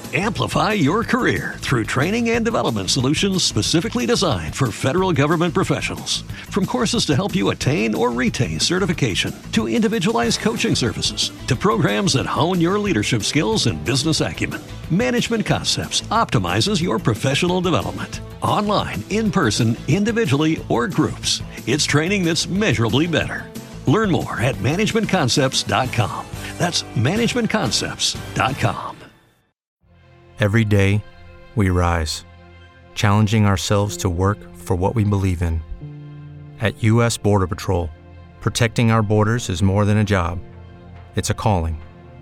Amplify your career through training and development solutions specifically designed for federal government professionals. From courses to help you attain or retain certification, to individualized coaching services, to programs that hone your leadership skills and business acumen, Management Concepts optimizes your professional development. Online, in person, individually, or groups, it's training that's measurably better. Learn more at managementconcepts.com. That's managementconcepts.com. Every day, we rise, challenging ourselves to work for what we believe in. At U.S. Border Patrol, protecting our borders is more than a job, it's a calling.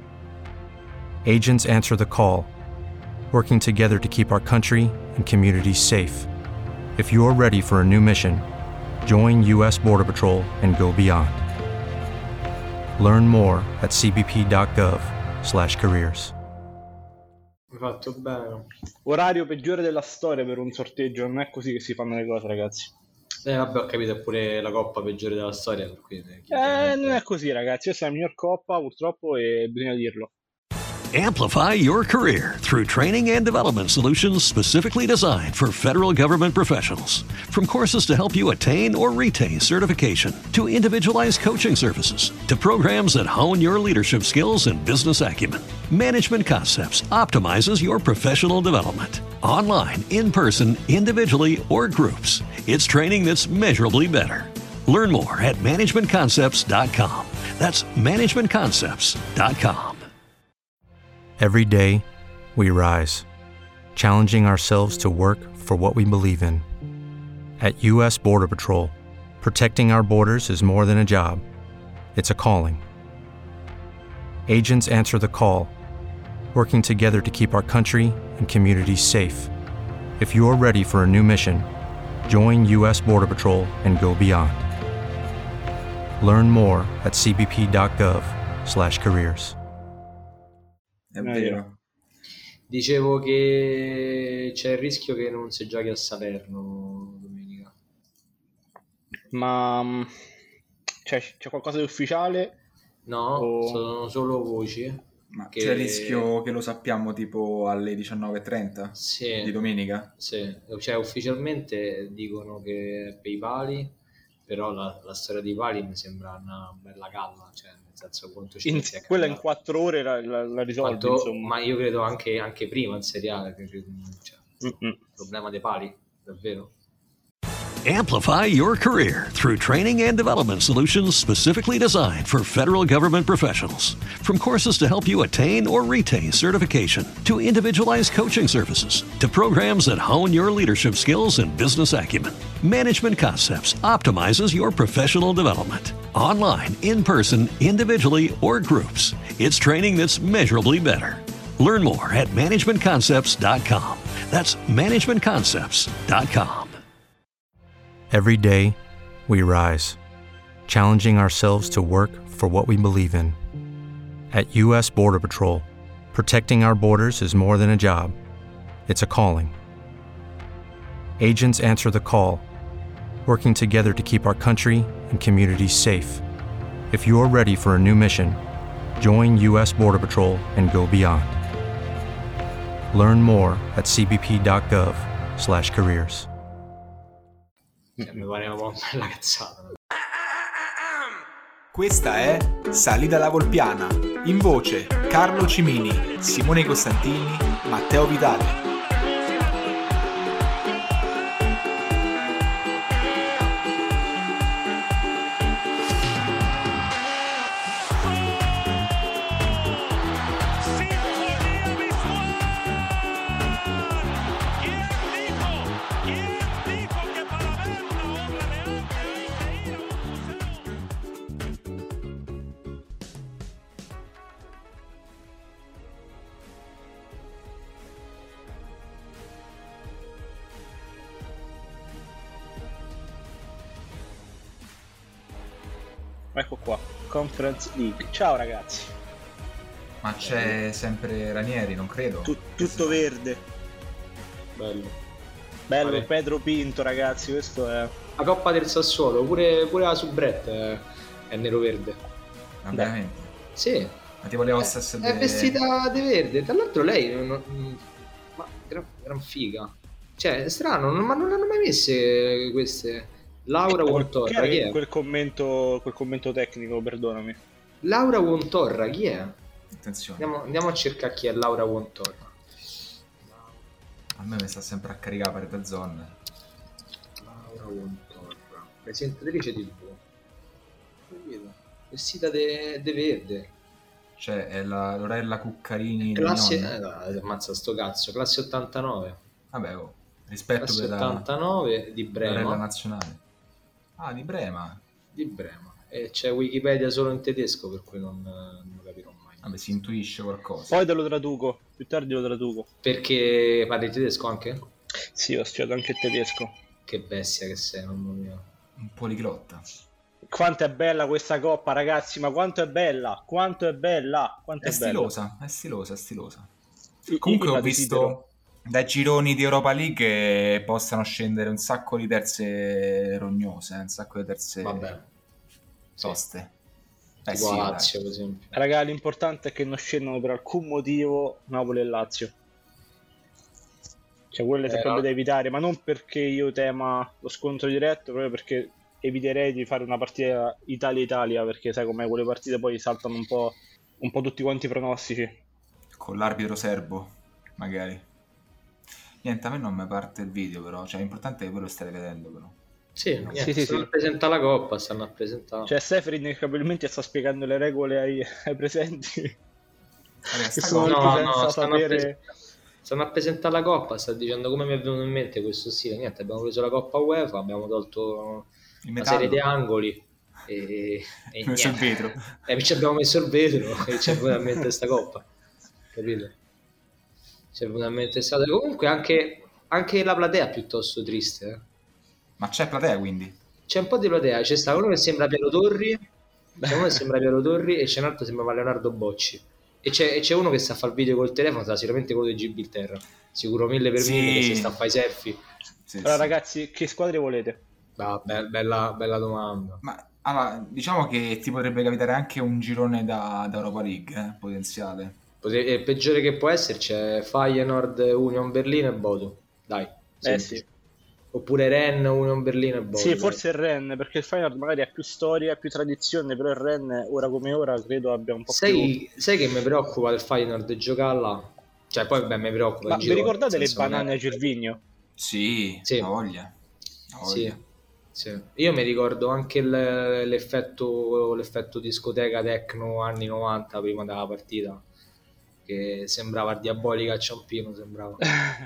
Agents answer the call, working together to keep our country and communities safe. If you're ready for a new mission, join U.S. Border Patrol and go beyond. Learn more at cbp.gov/careers. Hai fatto bene. Orario peggiore della storia per un sorteggio, non è così che si fanno le cose, ragazzi. Vabbè, ho capito, è pure la coppa peggiore della storia, per cui non è così, ragazzi. Questa è la miglior coppa, purtroppo, e bisogna dirlo. Amplify your career through training and development solutions specifically designed for federal government professionals. From courses to help you attain or retain certification, to individualized coaching services, to programs that hone your leadership skills and business acumen, Management Concepts optimizes your professional development. Online, in person, individually, or groups, it's training that's measurably better. Learn more at managementconcepts.com. That's managementconcepts.com. Every day, we rise, challenging ourselves to work for what we believe in. At U.S. Border Patrol, protecting our borders is more than a job, it's a calling. Agents answer the call, working together to keep our country and communities safe. If you're ready for a new mission, join U.S. Border Patrol and go beyond. Learn more at cbp.gov/careers. È vero. Dicevo che c'è il rischio che non si giochi a Salerno domenica. Ma c'è qualcosa di ufficiale? No, sono solo voci. Ma c'è il rischio che lo sappiamo tipo alle 19:30 sì, di domenica? Sì, cioè ufficialmente dicono che è per i pali, però la storia dei pali mi sembra una bella galla, cioè nel senso quanto ci quella in 4 ore la risolvi, insomma. Ma io credo anche prima in seriale, cioè, problema dei pali, davvero. Amplify your career through training and development solutions specifically designed for federal government professionals. From courses to help you attain or retain certification, to individualized coaching services, to programs that hone your leadership skills and business acumen, Management Concepts optimizes your professional development. Online, in person, individually, or groups, it's training that's measurably better. Learn more at managementconcepts.com. That's managementconcepts.com. Every day, we rise, challenging ourselves to work for what we believe in. At U.S. Border Patrol, protecting our borders is more than a job, it's a calling. Agents answer the call, working together to keep our country and communities safe. If you're ready for a new mission, join U.S. Border Patrol and go beyond. Learn more at cbp.gov/careers. Mi pare una bella cazzata. Questa è Salita alla Volpiana. In voce Carlo Cimini, Simone Costantini, Matteo Vitale. Ecco qua, Conference League. Ciao ragazzi. Ma c'è sempre Ranieri, non credo. Tutto verde. Bello. Bello, Pedro Pinto, ragazzi, questo è... La Coppa del Sassuolo, pure la Soubrette è nero-verde. Ma veramente? Sì. Ma tipo le hostess è vestita di verde. Tra l'altro lei ma gran figa. Cioè, è strano, ma non hanno mai messe queste. Laura Wontorra, chi è? Quel commento tecnico, perdonami. Laura Wontorra, chi è? Attenzione. Andiamo a cercare chi è Laura Wontorra. A me mi sta sempre a caricare per zone. Laura Wontorra, presentatrice TV. Vestita de verde. Cioè, è la Lorella Cuccarini. Classe... ammazza sto cazzo, classe 89. Vabbè, rispetto classe per 89 di Brema. Lorella nazionale. Ah, di Brema. Di Brema. E c'è Wikipedia solo in tedesco, per cui non capirò mai. Vabbè, si intuisce qualcosa. Poi te lo traduco, più tardi lo traduco. Perché parli tedesco anche? Sì, ho studiato anche il tedesco. Che bestia che sei, mamma mia. Un poliglotta. Quanto è bella questa coppa, ragazzi, ma quanto è bella, quanto è bella, quanto è stilosa, è stilosa, è stilosa. Io Comunque ho visto dai gironi di Europa League che possano scendere un sacco di terze rognose, un sacco di terze toste. Tipo Lazio, per esempio. Raga, l'importante è che non scendano per alcun motivo Napoli e Lazio. Cioè, quelle sempre da evitare, ma non perché io tema lo scontro diretto, proprio perché eviterei di fare una partita Italia-Italia, perché sai com'è, quelle partite poi saltano un po' tutti quanti i pronostici. Con l'arbitro serbo, magari. Niente, a me non mi parte il video, però. Cioè, l'importante è che voi lo state vedendo, però. Sì, stanno a presentare la coppa, stanno a presentare. Cioè, Seferin incapabilmente sta spiegando le regole ai presenti. Stanno a presentare la coppa, sta dicendo come mi è venuto in mente questo stile. Niente, abbiamo preso la coppa UEFA, abbiamo tolto una serie di angoli e messo il vetro. E ci abbiamo messo il vetro e ci è venuta in mente sta coppa, capito? Ci è venuta in mente sta... Comunque anche la platea è piuttosto triste, eh. Ma c'è platea, quindi? C'è un po' di platea, c'è sta uno che sembra Piero Torri, e c'è un altro che sembra Leonardo Bocci. E c'è uno che sta a fare il video col telefono, sarà sicuramente quello di Gibilterra, sicuro 1000 per 1000 che si sta a fare i selfie. Allora ragazzi, che squadre volete? Bella domanda. Ma allora, diciamo che ti potrebbe capitare anche un girone da Europa League, potenziale. Il peggiore che può esserci è Feyenoord, Union Berlino e Bodo. Dai. Sì. Oppure Rennes, Union Berlino e Bodo. Sì, forse il Rennes, perché il Feyenoord magari ha più storia, più tradizione, però il Rennes, ora come ora, credo abbia un po' più... Sai che mi preoccupa del Feyenoord giocare là? Cioè, poi mi preoccupa. Ma vi ricordate le banane a Gervinho? Sì, la voglia. Sì. Io mi ricordo anche l'effetto discoteca techno anni 90 prima della partita, che sembrava diabolica a Ciampino, sembrava.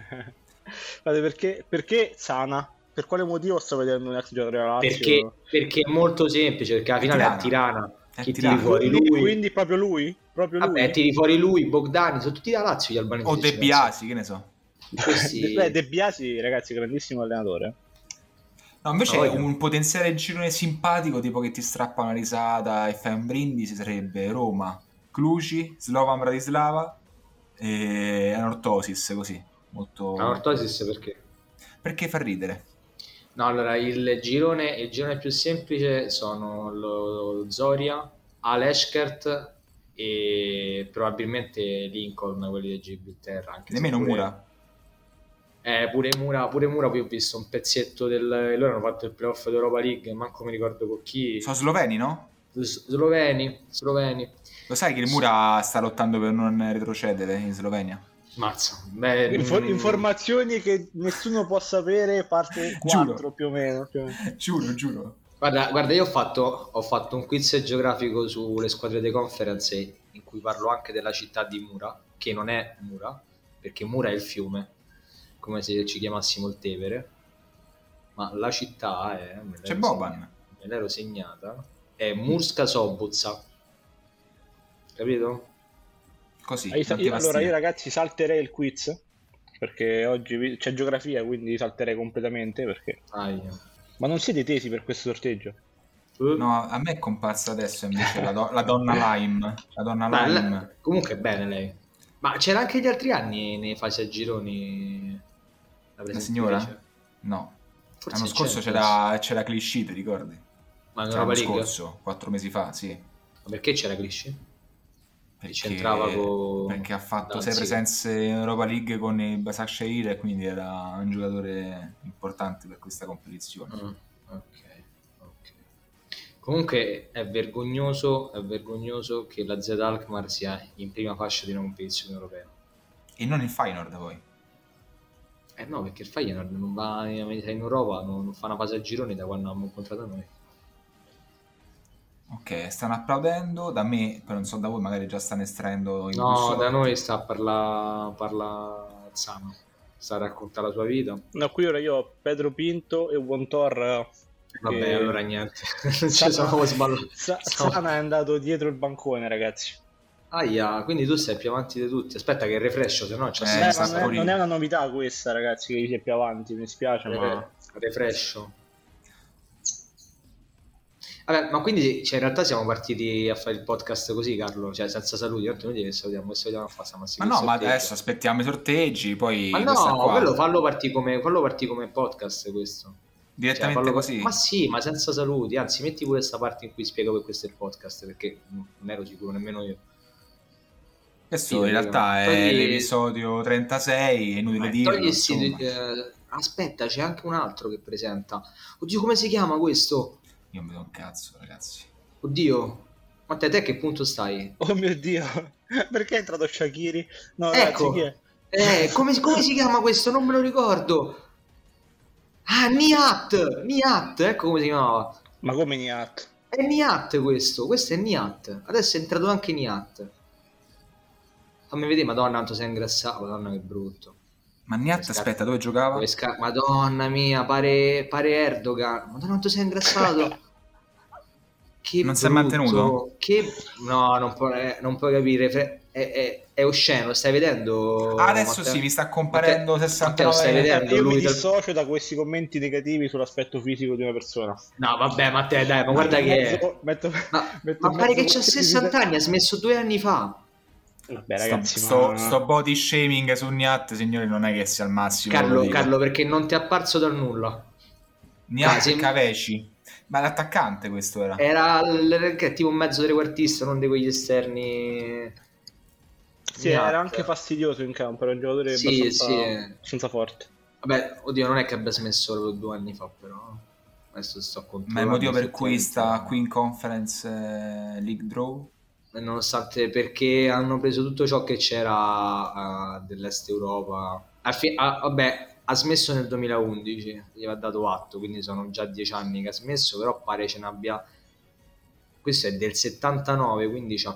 Perché Sana? Per quale motivo sto vedendo un ex giocatore della Lazio? Perché è molto semplice, perché alla finale è a Tirana. Chi tiri fuori lui? Quindi proprio lui? Vabbè, tiri fuori lui, Bogdani, sono tutti da Lazio gli albanesi. O De Biasi, che ne so. De Biasi, ragazzi, grandissimo allenatore. No, invece un potenziale girone simpatico, tipo che ti strappa una risata e fai un brindisi, sarebbe Roma, Cluj, Slovan Bratislava e Anorthosis, così. Molto... Anorthosis perché? Perché fa ridere. No, allora il girone più semplice sono lo Zoria, Aleskert e probabilmente Lincoln, quelli di Gibilterra. Anche nemmeno Mura. Pure Mura, poi ho visto un pezzetto loro hanno fatto il playoff d'Europa League, manco mi ricordo con chi. Sono sloveni, no? Sloveni. Lo sai che il Mura sta lottando per non retrocedere in Slovenia? Mazza. Informazioni che nessuno può sapere, parte 4 più o meno. Giuro. Guarda, io ho fatto un quiz geografico sulle squadre di conference in cui parlo anche della città di Mura, che non è Mura, perché Mura è il fiume, come se ci chiamassimo il Tevere, ma la città è... C'è Boban. Me l'ero segnata. È Murska Sobotza. Capito? Così. Allora io ragazzi salterei il quiz, perché oggi c'è geografia, quindi salterei completamente, perché... Ma non siete tesi per questo sorteggio? No, a me è comparsa adesso invece la donna Lime. La donna Lime. Comunque è bene lei. Ma c'era anche gli altri anni nei fasi a gironi la signora? No. L'anno scorso c'era Clichy, ti ricordi? Ma l'anno scorso, 4 mesi fa, sì. Ma perché c'era Clichy? perché ha fatto 6 presenze in Europa League con il Başakşehir e quindi era un giocatore importante per questa competizione. Ok. Comunque è vergognoso che la Z Alkmaar sia in prima fascia di una competizione europea. E non il Feyenoord poi. No, perché il Feyenoord non va in Europa, non fa una fase a gironi da quando abbiamo incontrato noi. Ok, stanno applaudendo, da me, però non so da voi, magari già stanno estraendo i No, bussoletti. da noi sta a parla Zano, sta a raccontare la sua vita. No, qui ora io ho Pedro Pinto e Wontor. Vabbè, allora niente. Non ci sono sbagliato. Sana è andato dietro il bancone, ragazzi. Aia, quindi tu sei più avanti di tutti. Aspetta che refresh, se no c'è non è una novità questa, ragazzi, che sia più avanti, mi spiace, ma refresh. Vabbè, ma quindi in realtà siamo partiti a fare il podcast così, Carlo, cioè senza saluti, tanto noi che salutiamo a fare. Ma no, ma adesso aspettiamo i sorteggi, poi... Ma no, quello fallo partire come podcast questo. Direttamente così? Ma sì, ma senza saluti, anzi metti pure questa parte in cui spiego che questo è il podcast, perché non ero sicuro nemmeno io. Questo in realtà è l'episodio 36, è inutile dirlo. Aspetta, c'è anche un altro che presenta. Oddio, come si chiama questo? Io mi do un cazzo, ragazzi. Oddio, ma te che punto stai? Oh mio Dio, perché è entrato Shaqiri? No, ecco, ragazzi, chi è? Come si chiama questo? Non me lo ricordo. Ah, Nihat, ecco come si chiamava. Ma come Nihat? È Nihat questo è Nihat. Adesso è entrato anche Nihat. Fammi vedere, madonna, quanto sei ingrassato, madonna che brutto. Ma Nihat, aspetta, dove giocava? Madonna mia, pare Erdogan. Madonna, quanto sei ingrassato. Che non si è mantenuto? No, non puoi capire. È osceno, stai vedendo? Adesso Matteo? Sì, mi sta comparendo 69. Stai vedendo? Io mi dissocio da questi commenti negativi sull'aspetto fisico di una persona. No, vabbè, Matteo, dai, ma guarda che ma pare che c'ha 60 anni, ha smesso 2 anni fa. Vabbè, ragazzi, sto body shaming su Nihat, signori, non è che sia al massimo. Carlo, perché non ti è apparso dal nulla. Nihat Kaveci. Ma l'attaccante questo era? Era tipo un mezzo trequartista, non di quegli esterni. Sì, era anche fastidioso in campo, era un giocatore abbastanza forte. Vabbè, oddio, non è che abbia smesso solo 2 anni fa, però adesso sto controllando. Ma è il motivo per cui sta qui in Conference League Draw? Nonostante, perché hanno preso tutto ciò che c'era dell'Est Europa. Vabbè, ha smesso nel 2011, gli va dato atto, quindi sono già 10 anni che ha smesso, però pare ce n'abbia. Questo è del 79, quindi c'ha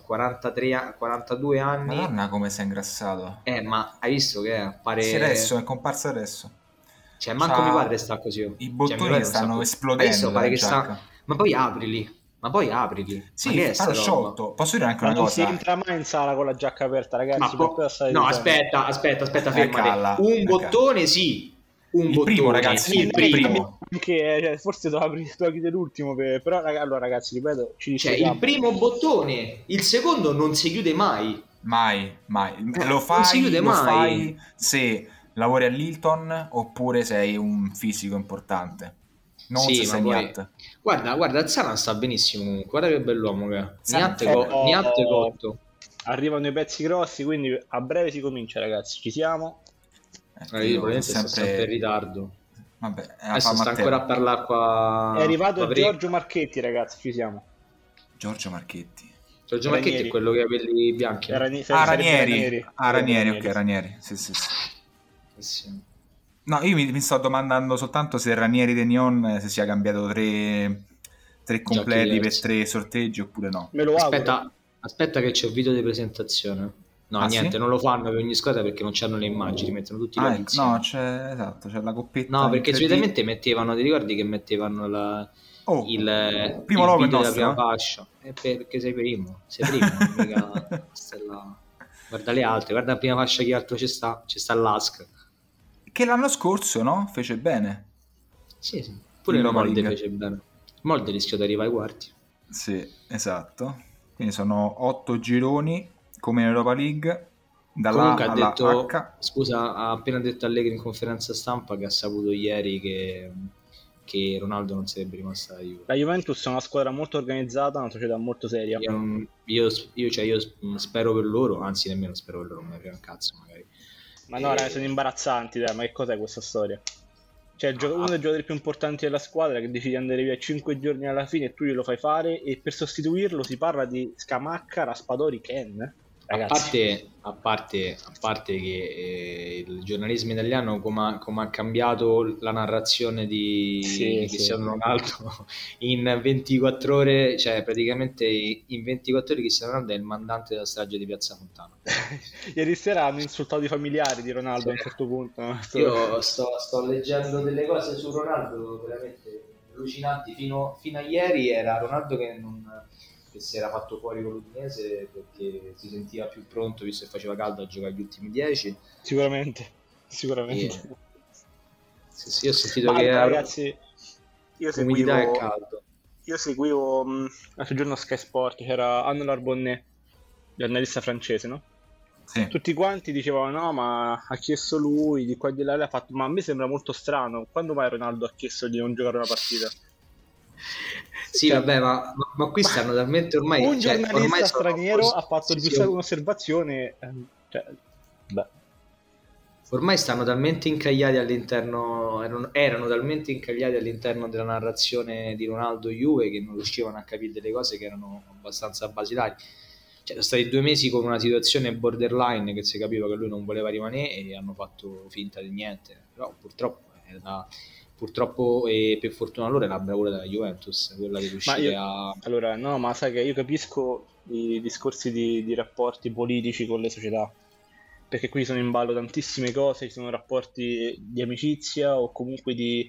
42 anni. Madonna, come sei ingrassato. Ma hai visto che pare... Sì, adesso, è comparso adesso. Cioè, manco mio padre sta così. I bottoni stanno esplodendo. Pare che Ma poi aprili. Sì, stanno sciolto. Posso dire anche una cosa? Non si entra mai in sala con la giacca aperta, ragazzi. No, aspetta, fermate. Un bottone, sì. Un bottone. Primo, ragazzi. Il primo. Che forse tu apri l'ultimo, però allora, ragazzi, ripeto, il primo bottone, il secondo non si chiude mai. Mai. Lo fai se lavori all'Hilton oppure sei un fisico importante. Non se sei Nihat. Guarda, Zana sta benissimo comunque. Guarda che bell'uomo che è. Nihat è cotto. Arrivano i pezzi grossi, quindi a breve si comincia, ragazzi. Ci siamo. Io probabilmente sto sempre in ritardo. Vabbè, adesso sta ancora a parlare qua. È arrivato Giorgio Marchetti, ragazzi, ci siamo. Giorgio Marchetti è quello che ha i capelli bianchi. Ranieri. Ok, Ranieri. Sì. No, io mi sto domandando soltanto se Ranieri De Neon se sia cambiato tre completi per 3 sorteggi oppure no. Me lo auguro. Aspetta che c'è il video di presentazione. No, niente, sì? Non lo fanno per ogni squadra perché non c'hanno le immagini, mettono tutti la lista. No, c'è la coppetta. No, perché solitamente mettevano, ti ricordi che mettevano il primo logo della prima fascia? Perché sei primo, mica guarda le altre, guarda la prima fascia, chi altro c'è sta l'Ask. Che l'anno scorso, no? Fece bene. Sì. Pure il Molde fece bene. Molde rischiò di arrivare ai quarti. Sì, esatto. Quindi sono 8 gironi come in Europa League. Comunque ha detto, H. Scusa, ha appena detto Allegri in conferenza stampa che ha saputo ieri che che Ronaldo non sarebbe rimasto alla Juve. La Juventus è una squadra molto organizzata, una società molto seria. Io spero per loro, anzi nemmeno spero per loro, non me ne frega un cazzo magari. Ma no, ragazzi, sono imbarazzanti, dai, ma che cos'è questa storia? Cioè, uno dei giocatori più importanti della squadra che decide di andare via 5 giorni alla fine e tu glielo fai fare, e per sostituirlo si parla di Scamacca, Raspadori, Ken. Ragazzi. A parte che il giornalismo italiano come ha cambiato la narrazione di Cristiano Ronaldo in 24 ore, cioè praticamente in 24 ore Cristiano Ronaldo è il mandante della strage di Piazza Fontana. Ieri sera hanno insultato i familiari di Ronaldo a un certo punto. Io sto leggendo delle cose su Ronaldo veramente allucinanti. Fino a ieri era Ronaldo che si era fatto fuori con l'Udinese perché si sentiva più pronto, visto che faceva caldo, a giocare gli ultimi 10. Sicuramente. Sì, ho sentito che ragazzi, io umidità e caldo. Io seguivo l'altro giorno Sky Sport, c'era Anne Larbonnet, giornalista francese, no? Sì. Tutti quanti dicevano no, ma ha chiesto lui, di qua e di là, ha fatto, ma a me sembra molto strano, quando mai Ronaldo ha chiesto di non giocare una partita? Sì, vabbè, ma qui stanno talmente ormai... Un giornalista straniero ha fatto giusto un'osservazione... Ormai stanno talmente incagliati all'interno... Erano talmente incagliati all'interno della narrazione di Ronaldo Juve che non riuscivano a capire delle cose che erano abbastanza basilari. Cioè, sono stati 2 mesi con una situazione borderline che si capiva che lui non voleva rimanere e hanno fatto finta di niente. Però purtroppo e per fortuna loro è la bravura della Juventus, quella di riuscire Allora, no, ma sai che io capisco i discorsi di rapporti politici con le società, perché qui sono in ballo tantissime cose, ci sono rapporti di amicizia o comunque di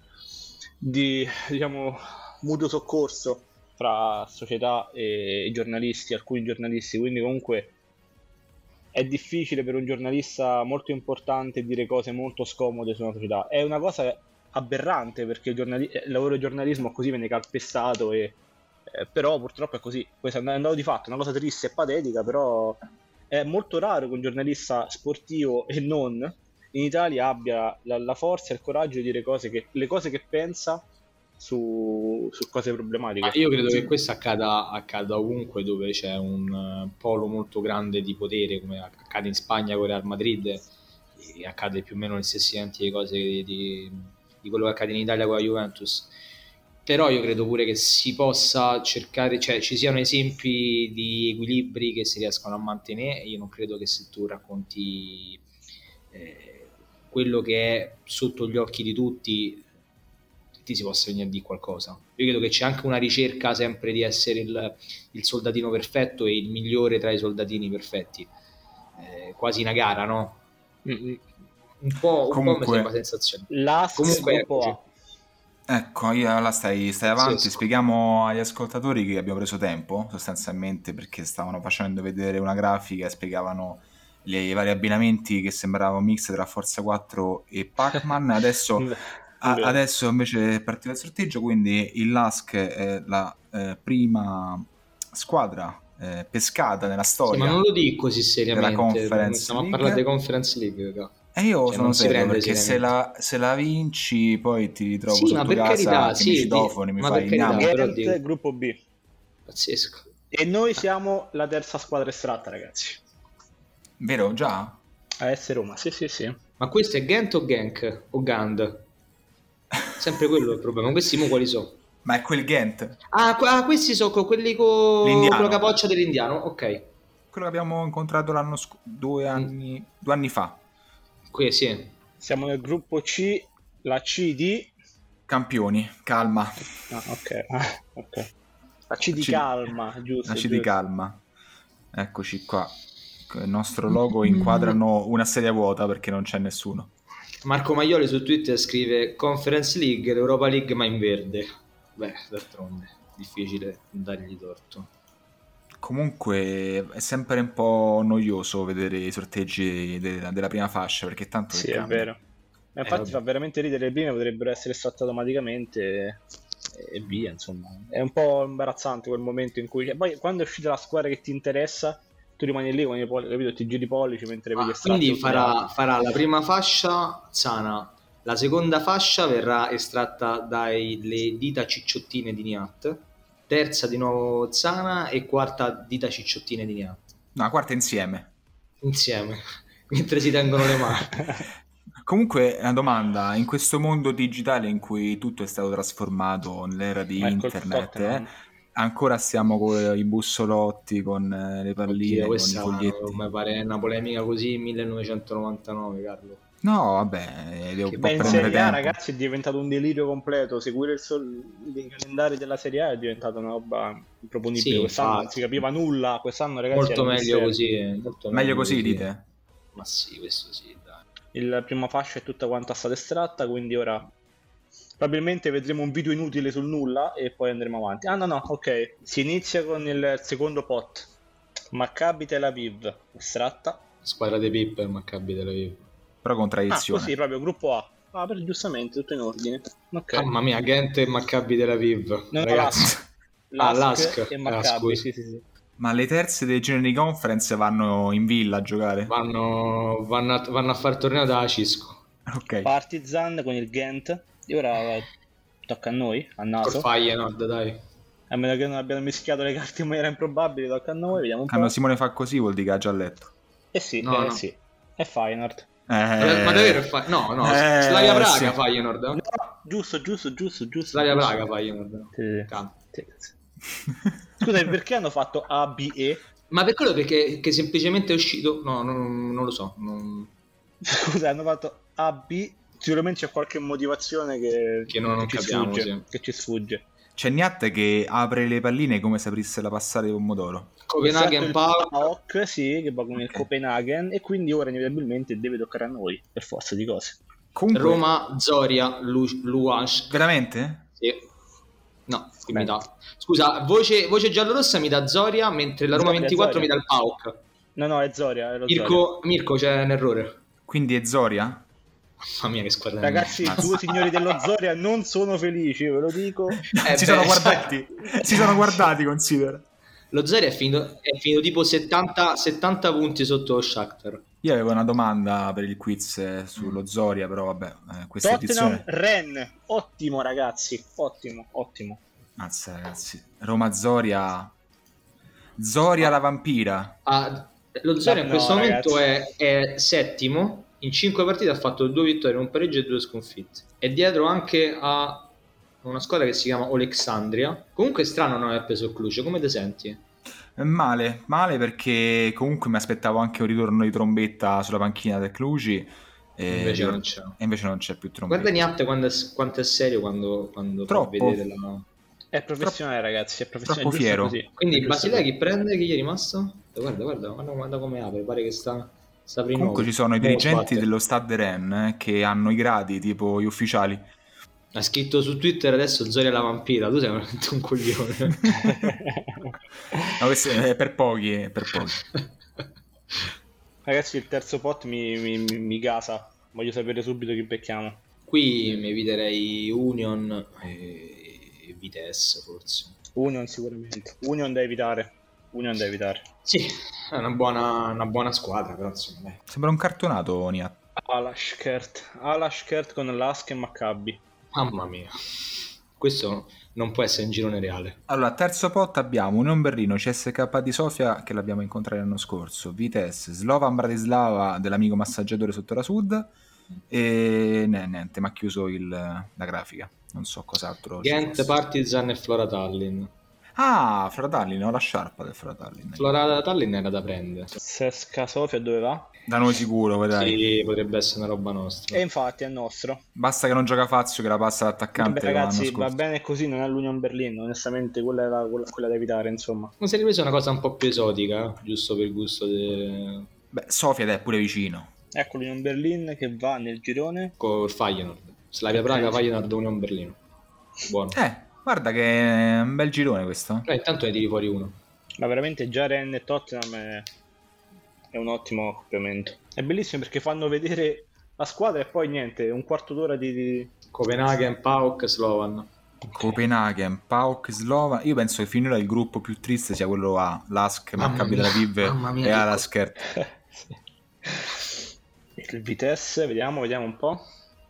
diciamo mutuo soccorso fra società e giornalisti, alcuni giornalisti, quindi comunque è difficile per un giornalista molto importante dire cose molto scomode su una società. È una cosa aberrante perché il lavoro di giornalismo così viene calpestato però purtroppo è così. Questo è andato di fatto, è una cosa triste e patetica, però è molto raro che un giornalista sportivo e non in Italia abbia la forza e il coraggio di dire le cose che pensa su cose problematiche. Io credo che questo accada ovunque dove c'è un polo molto grande di potere, come accade in Spagna con Real Madrid, e accade più o meno le stesse identiche cose di quello che accade in Italia con la Juventus. Però io credo pure che si possa cercare, cioè ci siano esempi di equilibri che si riescono a mantenere. Io non credo che se tu racconti quello che è sotto gli occhi di tutti ti si possa venire a dire qualcosa. Io credo che c'è anche una ricerca sempre di essere il soldatino perfetto e il migliore tra i soldatini perfetti, quasi una gara, no? Un po' mi sembra sensazione. Comunque ecco, io stai avanti. Spieghiamo agli ascoltatori che abbiamo preso tempo sostanzialmente perché stavano facendo vedere una grafica e spiegavano i vari abbinamenti che sembrava un mix tra Forza 4 e Pac-Man. Adesso invece è partito il sorteggio, quindi il LASK è la prima squadra pescata nella storia. Sì, ma non lo dico così seriamente, stiamo a parlare di Conference League. E io sono serio perché se la vinci poi ti ritrovo sotto casa, carità, che mi citofoni, mi fai Ghent, gruppo B. Pazzesco. E noi siamo la terza squadra estratta, ragazzi. Vero, già? AS Roma, sì. Ma questo è Ghent o Genk o Gand? Sempre quello è il problema. Questi mo quali sono? Ma è quel Ghent. Questi sono quelli con la capoccia dell'indiano, ok. Quello che abbiamo incontrato 2 anni fa. Qui sì. Siamo nel gruppo C, la C di... Campioni, calma. Ok. La C di calma, giusto. La C di calma. Eccoci qua. Il nostro logo inquadrano una sedia vuota perché non c'è nessuno. Marco Maioli su Twitter scrive Conference League, l'Europa League ma in verde. Beh, d'altronde, difficile dargli torto. Comunque è sempre un po' noioso vedere i sorteggi della prima fascia perché tanto sì, è vero. Infatti fa veramente ridere, le prime potrebbero essere estratte automaticamente e via, insomma. È un po' imbarazzante quel momento in cui poi quando è uscita la squadra che ti interessa tu rimani lì con i pollici, capito? Ti giri i pollici mentre vedi quindi farà la prima fascia sana, La seconda fascia verrà estratta dalle dita cicciottine di Nihat, terza di nuovo Zana e quarta dita cicciottine di Nihat. No, quarta insieme, mentre si tengono le mani. Comunque, una domanda: in questo mondo digitale in cui tutto è stato trasformato nell'era di internet, ancora stiamo con i bussolotti, con le palline, con i foglietti? Mi pare una polemica così 1999, Carlo. No, vabbè, devo in Serie A, ragazzi, è diventato un delirio completo. Seguire i calendari della Serie A è diventata una roba improponibile. Sì, quest'anno non si capiva nulla. Quest'anno, ragazzi, molto meglio così. Meglio così, dite? Ma sì, questo sì, dai. La prima fascia è tutta quanta stata estratta, quindi ora probabilmente vedremo un video inutile sul nulla e poi andremo avanti. Ah no, ok. Si inizia con il secondo pot. Maccabi Tel Aviv, estratta. Squadra dei Pip, Maccabi Tel Aviv. Però contraddizione. Così, proprio gruppo A. Ah, per giustamente, tutto in ordine. Okay. Mamma mia, Ghent e Maccabi Tel Aviv. No, ragazzi. Lask e Maccabi, sì. Ma le terze dei gironi di conference vanno in villa a giocare? Vanno a fare il torneo da Acisco. Ok. Partizan con il Ghent. E ora tocca a noi, a naso. Col Feyenoord, dai. A meno che non abbiano mischiato le carte in maniera improbabile, tocca a noi, vediamo un po'. Quando Simone fa così vuol dire che ha già letto. Sì, sì. È Feyenoord. Ma davvero è No, Slavia Praga, sì. Feyenoord. No, giusto. Slavia Praga, Feyenoord. Sì. Scusa, perché hanno fatto A, B, E? Ma per quello che semplicemente è uscito... No, non lo so. Scusa, hanno fatto A, B... Sicuramente c'è qualche motivazione che non capiamo, sfugge, che ci sfugge. C'è Nihat che apre le palline come se aprisse la passata di pomodoro. Copenaghen PAOK, sì, che va con il Copenaghen, e quindi ora inevitabilmente deve toccare a noi, per forza di cose. Comunque... Roma, Zoria, Luhansk. Veramente? Sì. No, qui mi dà. Scusa, voce giallorossa mi dà Zoria, mentre la Roma 24 mi dà il PAOK. No, è Zoria. Mirko, c'è un errore. Quindi è Zoria? Mamma mia, che squadra. Ragazzi, i due signori dello Zoria non sono felici, ve lo dico. Si sono guardati, considera. Lo Zoria è finito tipo 70 punti sotto lo Shakhtar. Io avevo una domanda per il quiz sullo Zoria, però vabbè, questa edizione... Ren, ottimo ragazzi, ottimo. Mazza ragazzi, Roma-Zoria... Zoria la vampira. Lo Zoria in questo momento è settimo. In 5 partite ha fatto 2 vittorie, un pareggio e 2 sconfitte. E dietro anche a una squadra che si chiama Alexandria. Comunque è strano non aver preso il Cluj, come ti senti? Male perché comunque mi aspettavo anche un ritorno di trombetta sulla panchina del Cluj. Invece non c'è. E invece non c'è più trombetta. Guarda Nihat quanto è serio quando fa vedere la... È professionale ragazzi, è professionale. Troppo fiero. Così. Quindi Basilea chi prende? Chi gli è rimasto? Guarda come apre, pare che sta... Comunque ci sono i dirigenti dello Stade Rennes che hanno i gradi tipo gli ufficiali. Ha scritto su Twitter adesso Zoria la vampira, tu sei veramente un coglione. No, questo è per pochi. Ragazzi, il terzo pot mi gasa, voglio sapere subito chi becchiamo. Qui mi eviterei Union e Vitesse forse. Union sicuramente, Union da evitare. Sì, è una buona squadra, però insomma. Sembra un cartonato, Nihat. Alashkert con Lask e Maccabi. Mamma mia. Questo non può essere un girone reale. Allora, terzo pot abbiamo Union Berlino, CSKA di Sofia, che l'abbiamo incontrato l'anno scorso, Vitesse, Slovan Bratislava dell'amico massaggiatore sotto la Sud, e niente, mi ha chiuso la grafica. Non so cos'altro. Ghent, Partizan e Flora Tallinn. Ah, Flora Tallinn, ho la sciarpa del Flora Tallinn. Flora Tallinn era da prendere. CSKA Sofia dove va? Da noi sicuro, vedrai. Sì, potrebbe essere una roba nostra. E infatti è nostro. Basta che non gioca Fazio, che la passa l'attaccante. Vabbè, ragazzi, va bene così, non è l'Union Berlino. Onestamente quella da evitare, insomma. Non si è ripreso una cosa un po' più esotica, giusto per il gusto Beh, Sofia è pure vicino. Ecco l'Union Berlin che va nel girone con Feyenoord. Slavia Praga, Feyenoord, Union Berlino. Buono. Guarda che è un bel girone questo. Intanto ne tiri fuori uno. Ma veramente già Rennes e Tottenham è un ottimo accoppiamento. È bellissimo perché fanno vedere la squadra e poi niente, un quarto d'ora di... Copenaghen, PAOK, Slovan. Copenaghen, PAOK, Slovan. Io penso che finora il gruppo più triste sia quello a Lask, Maccabi Tel Aviv e Alashkert. Il Vitesse, vediamo un po'.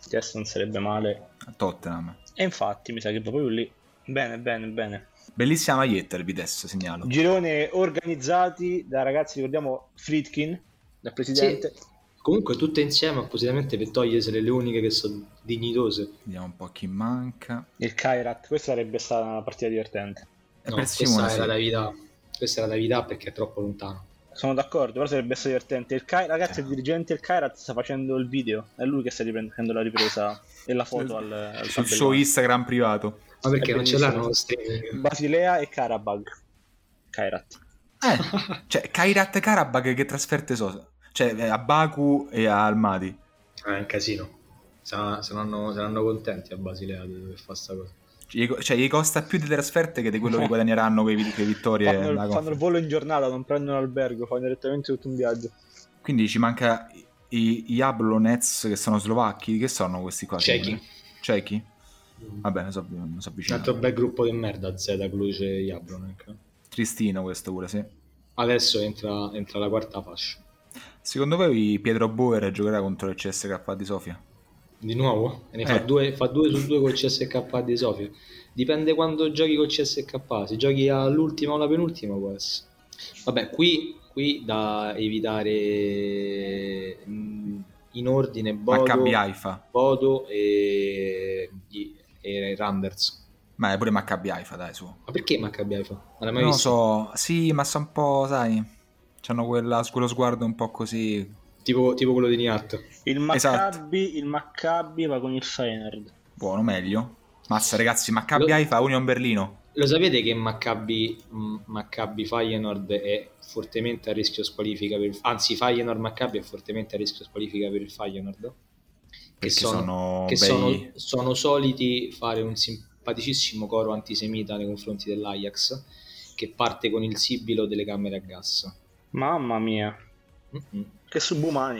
Questo non sarebbe male. A Tottenham. E infatti mi sa che proprio lì. Bene. Bellissima maglietta il Vitesse, segnalo. Girone organizzati da ragazzi, ricordiamo Friedkin, dal presidente. Sì. Comunque tutte insieme appositamente per togliersele le uniche che sono dignitose. Vediamo un po' chi manca. Il Kairat, questa sarebbe stata una partita divertente. No, questa era da evitare. Questa era da evitare perché è troppo lontano. Sono d'accordo, però sarebbe stato divertente. Ragazzi, il dirigente del Kairat sta facendo il video, è lui che sta riprendendo la ripresa e la foto al sul suo Instagram privato. Ma perché non ce l'hanno lo streaming? Basilea e Karabag. Kairat. Cioè Kairat e Karabag che trasferte so? Cioè a Baku e a Almaty. È un casino. Saranno contenti a Basilea di fare sta cosa. Cioè gli costa più delle trasferte che di quello che guadagneranno quei vittorie. Fanno il volo in giornata, non prendono l'albergo, fanno direttamente tutto un viaggio. Quindi ci manca i Jablonec che sono slovacchi. Che sono questi qua? Cechi? Vabbè, ne so vicino. Un altro bel gruppo di merda, Z, Cluj e Jablonec. Tristino questo pure, sì. Adesso entra la quarta fascia. Secondo voi Pietro Boer giocherà contro il CSKA di Sofia? Di nuovo? E ne fa 2 su 2 col CSKA di Sofia. Dipende quando giochi col CSKA. Se giochi all'ultima o alla penultima può essere. Vabbè, qui da evitare in ordine Maccabi Haifa, Bodo e Randers. Ma è pure Maccabi Haifa, dai, su. Ma perché Maccabi Haifa? Non lo so, sì, ma sa un po', sai, c'hanno quello sguardo un po' così, tipo quello di Nihat. Il Maccabi va con il Feyenoord. Buono, meglio. Mazza ragazzi, Maccabi Haifa, Union Berlino. Lo sapete che Maccabi Feyenoord è fortemente a rischio squalifica anzi Feyenoord Maccabi è fortemente a rischio squalifica per il Feyenoord? Che sono soliti fare un simpaticissimo coro antisemita nei confronti dell'Ajax che parte con il sibilo delle camere a gas. Mamma mia. Che subumani.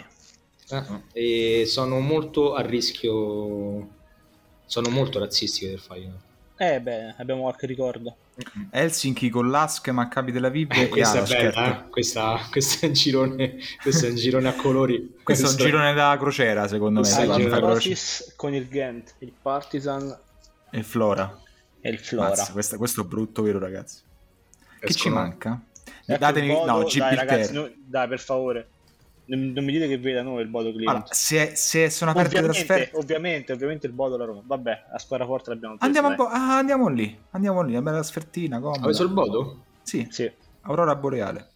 E sono molto a rischio, sono molto razzistiche del Feyenoord. Abbiamo qualche ricordo. Helsinki con l'Ask, Maccabi Tel Aviv e questa è bella, questo è un girone a colori. Questo è un girone da crociera, secondo me. Con il Ghent, il Partizan e il Flora. Mazza, questo è brutto, vero ragazzi? Che ci manca? Datemi dai ragazzi, dai per favore. Non mi dite che veda noi il Bodo Clint. Allora, se sono aperte le trasferte, ovviamente il Bodo la Roma. Vabbè, la squadra forte l'abbiamo presa. Andiamo lì, una bella trasfertina comoda. Hai preso il Bodo? Sì. Aurora Boreale.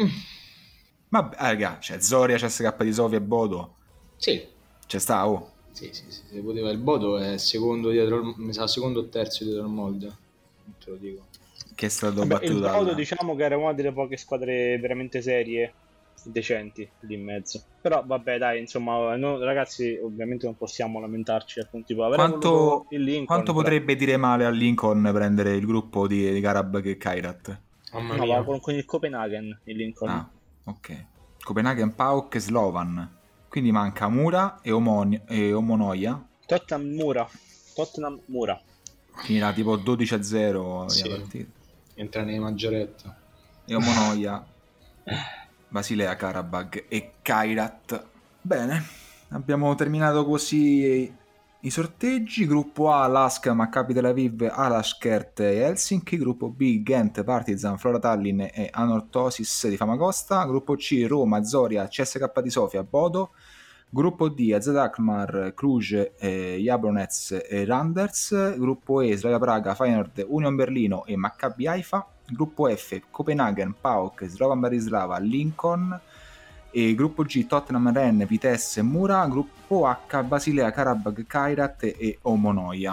Vabbè, raga, c'è Zoria, CSKA di Sofia e Bodo. Sì. C'è sta, oh. Sì, se poteva. Il Bodo è secondo dietro, mi sa secondo o terzo dietro il Molde. Non te lo dico. Che è stato battuto il Bodo, diciamo che era una delle poche squadre veramente serie, decenti lì in mezzo. Però vabbè, dai, insomma, noi ragazzi ovviamente non possiamo lamentarci tipo, quanto potrebbe dire male a Lincoln prendere il gruppo di Karabag e Kairat? Va con il Copenaghen il Lincoln. Ok. Copenaghen, PAOK e Slovan. Quindi manca Mura e Omonoia. Tottenham Mura. Finirà tipo 12-0 sì. La partita. Entra nei maggioretta. E Omonoia, Basilea, Karabag e Kairat. Bene, abbiamo terminato così i sorteggi. Gruppo A, Lask, Maccabi Tel Aviv, Alaskert e Helsinki. Gruppo B, Ghent, Partizan, Flora Tallinn e Anorthosis di Famagosta. Gruppo C, Roma, Zoria, CSKA di Sofia, Bodo. Gruppo D, AZ Alkmaar, Cluj, Jablonec e Randers. Gruppo E, Slavia Praga, Feyenoord, Union Berlino e Maccabi Haifa. Gruppo F, Copenaghen, PAOK, Slovan Bratislava, Lincoln. E gruppo G, Tottenham, Rennes, Vitesse, Mura. Gruppo H, Basilea, Karabag, Kairat e Omonoia.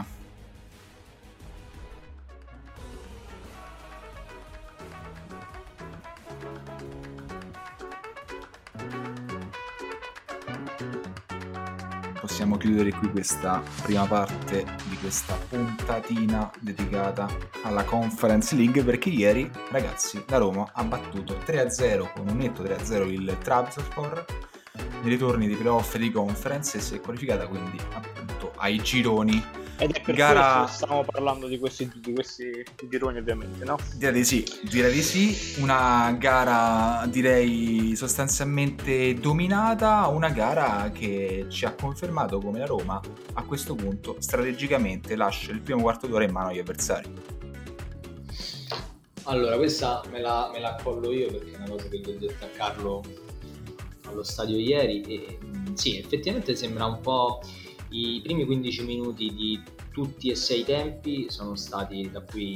Possiamo chiudere qui questa prima parte di questa puntatina dedicata alla Conference League, perché ieri, ragazzi, la Roma ha battuto 3-0 con un netto 3-0 il Trabzonspor nei ritorni di playoff di Conference e si è qualificata quindi appunto ai gironi Ed è per gara... questo che stiamo parlando di questi gironi, ovviamente, no? Direi di sì, una gara direi sostanzialmente dominata, una gara che ci ha confermato come la Roma a questo punto strategicamente lascia il primo quarto d'ora in mano agli avversari. Allora, questa me la accollo io, perché è una cosa che gli ho detto a Carlo allo stadio ieri, e sì, effettivamente sembra un po'. I primi 15 minuti di tutti e 6 tempi sono stati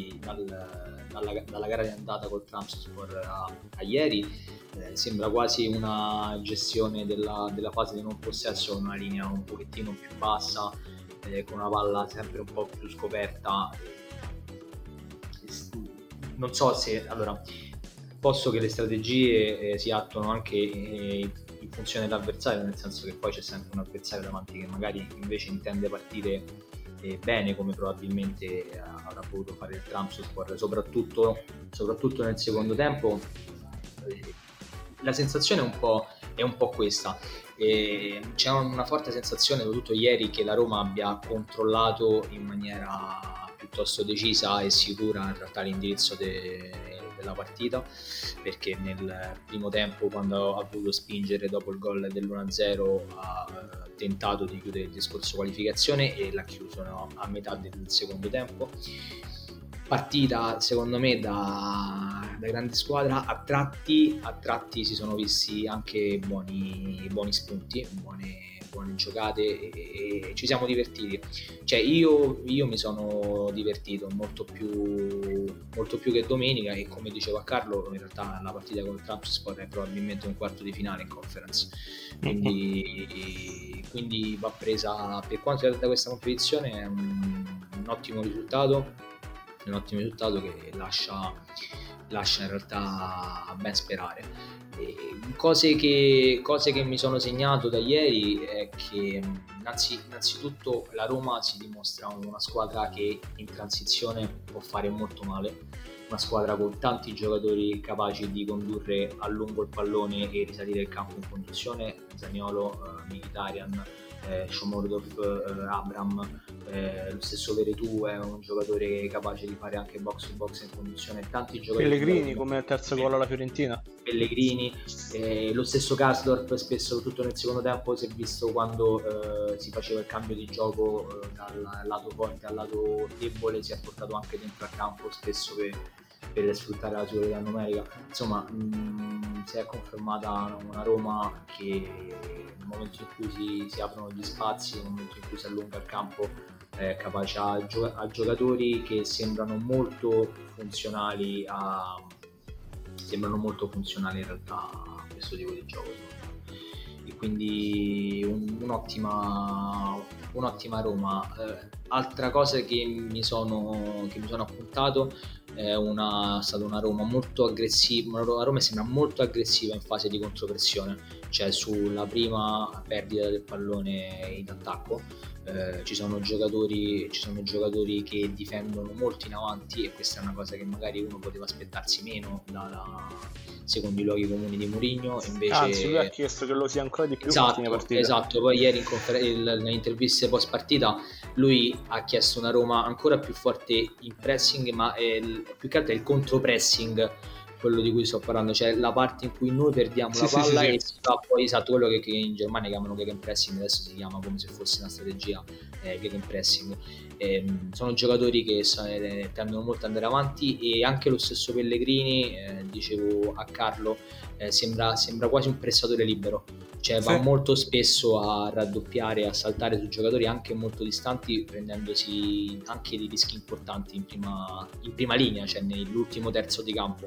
dalla gara di andata col Trabzonspor a ieri, sembra quasi una gestione della fase di non possesso con una linea un pochettino più bassa, con una palla sempre un po' più scoperta. Non so se, allora, posso che le strategie si attuano anche in funzione dell'avversario, nel senso che poi c'è sempre un avversario davanti che magari invece intende partire bene, come probabilmente avrà potuto fare il Trabzonspor, soprattutto nel secondo tempo. La sensazione è un po' questa. C'è una forte sensazione, soprattutto ieri, che la Roma abbia controllato in maniera piuttosto decisa e sicura in realtà l'indirizzo della partita, perché nel primo tempo, quando ha voluto spingere dopo il gol dell'1-0, ha tentato di chiudere il discorso qualificazione e l'ha chiuso a metà del secondo tempo. Partita secondo me da grande squadra, a tratti si sono visti anche buoni spunti, buone giocate, e ci siamo divertiti. Cioè io mi sono divertito molto più che domenica, e come diceva Carlo, in realtà la partita con il Trabzonspor è probabilmente un quarto di finale in Conference, quindi va presa, per quanto riguarda questa competizione, è un ottimo risultato che lascia in realtà ben sperare. Cose che mi sono segnato da ieri è che innanzitutto la Roma si dimostra una squadra che in transizione può fare molto male, una squadra con tanti giocatori capaci di condurre a lungo il pallone e risalire il campo in conduzione: Zaniolo, Mkhitaryan, Shomurodov, Abraham, lo stesso Veretout è un giocatore capace di fare anche box to box in conduzione, tanti giocatori. Pellegrini come terzo gol alla Fiorentina. Pellegrini, lo stesso Karsdorp spesso, soprattutto nel secondo tempo, si è visto quando si faceva il cambio di gioco dal lato forte al lato debole, si è portato anche dentro al campo spesso per sfruttare la superiorità numerica. Insomma, si è confermata una Roma che nel momento in cui si aprono gli spazi, nel momento in cui si allunga il campo, è capace a giocatori che sembrano molto funzionali in realtà a questo tipo di gioco, e quindi un'ottima Roma. Altra cosa che mi sono appuntato è stata una Roma molto aggressiva. La Roma sembra molto aggressiva in fase di contropressione, cioè sulla prima perdita del pallone in attacco ci sono giocatori che difendono molto in avanti, e questa è una cosa che magari uno poteva aspettarsi meno secondo i luoghi comuni di Mourinho. Invece, anzi, lui ha chiesto che lo sia ancora di più. Esatto, poi ieri nelle interviste post partita lui ha chiesto una Roma ancora più forte in pressing, ma più che altro è il contropressing quello di cui sto parlando, cioè la parte in cui noi perdiamo la palla e si fa poi, esatto, quello che in Germania chiamano gegenpressing, adesso si chiama come se fosse una strategia gegenpressing. Sono giocatori che tendono molto ad andare avanti, e anche lo stesso Pellegrini, dicevo a Carlo, sembra quasi un pressatore libero, cioè va molto spesso a raddoppiare, a saltare su giocatori anche molto distanti, prendendosi anche dei rischi importanti in prima linea, cioè nell'ultimo terzo di campo.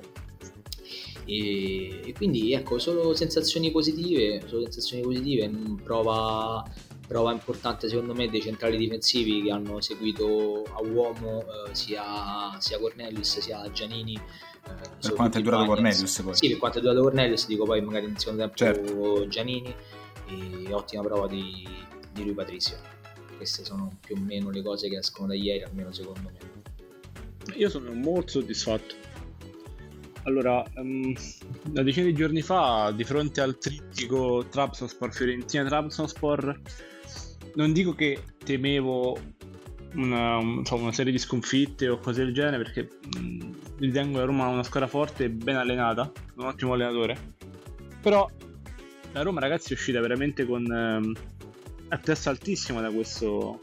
E quindi ecco, solo sensazioni positive, prova importante secondo me dei centrali difensivi che hanno seguito a uomo sia Cornelius sia Giannini. Per quanto è durato Cornelius poi? Sì, per quanto è durato Cornelius, dico, poi magari in secondo tempo Giannini, e ottima prova di Rui Patricio. Queste sono più o meno le cose che escono da ieri, almeno secondo me. Io sono molto soddisfatto. Allora, una decina di giorni fa, di fronte al trittico Trabzonspor-Fiorentina-Trabzonspor, non dico che temevo una serie di sconfitte o cose del genere, perché ritengo la Roma una squadra forte e ben allenata, un ottimo allenatore. Però la Roma, ragazzi, è uscita veramente con a testa altissima da queste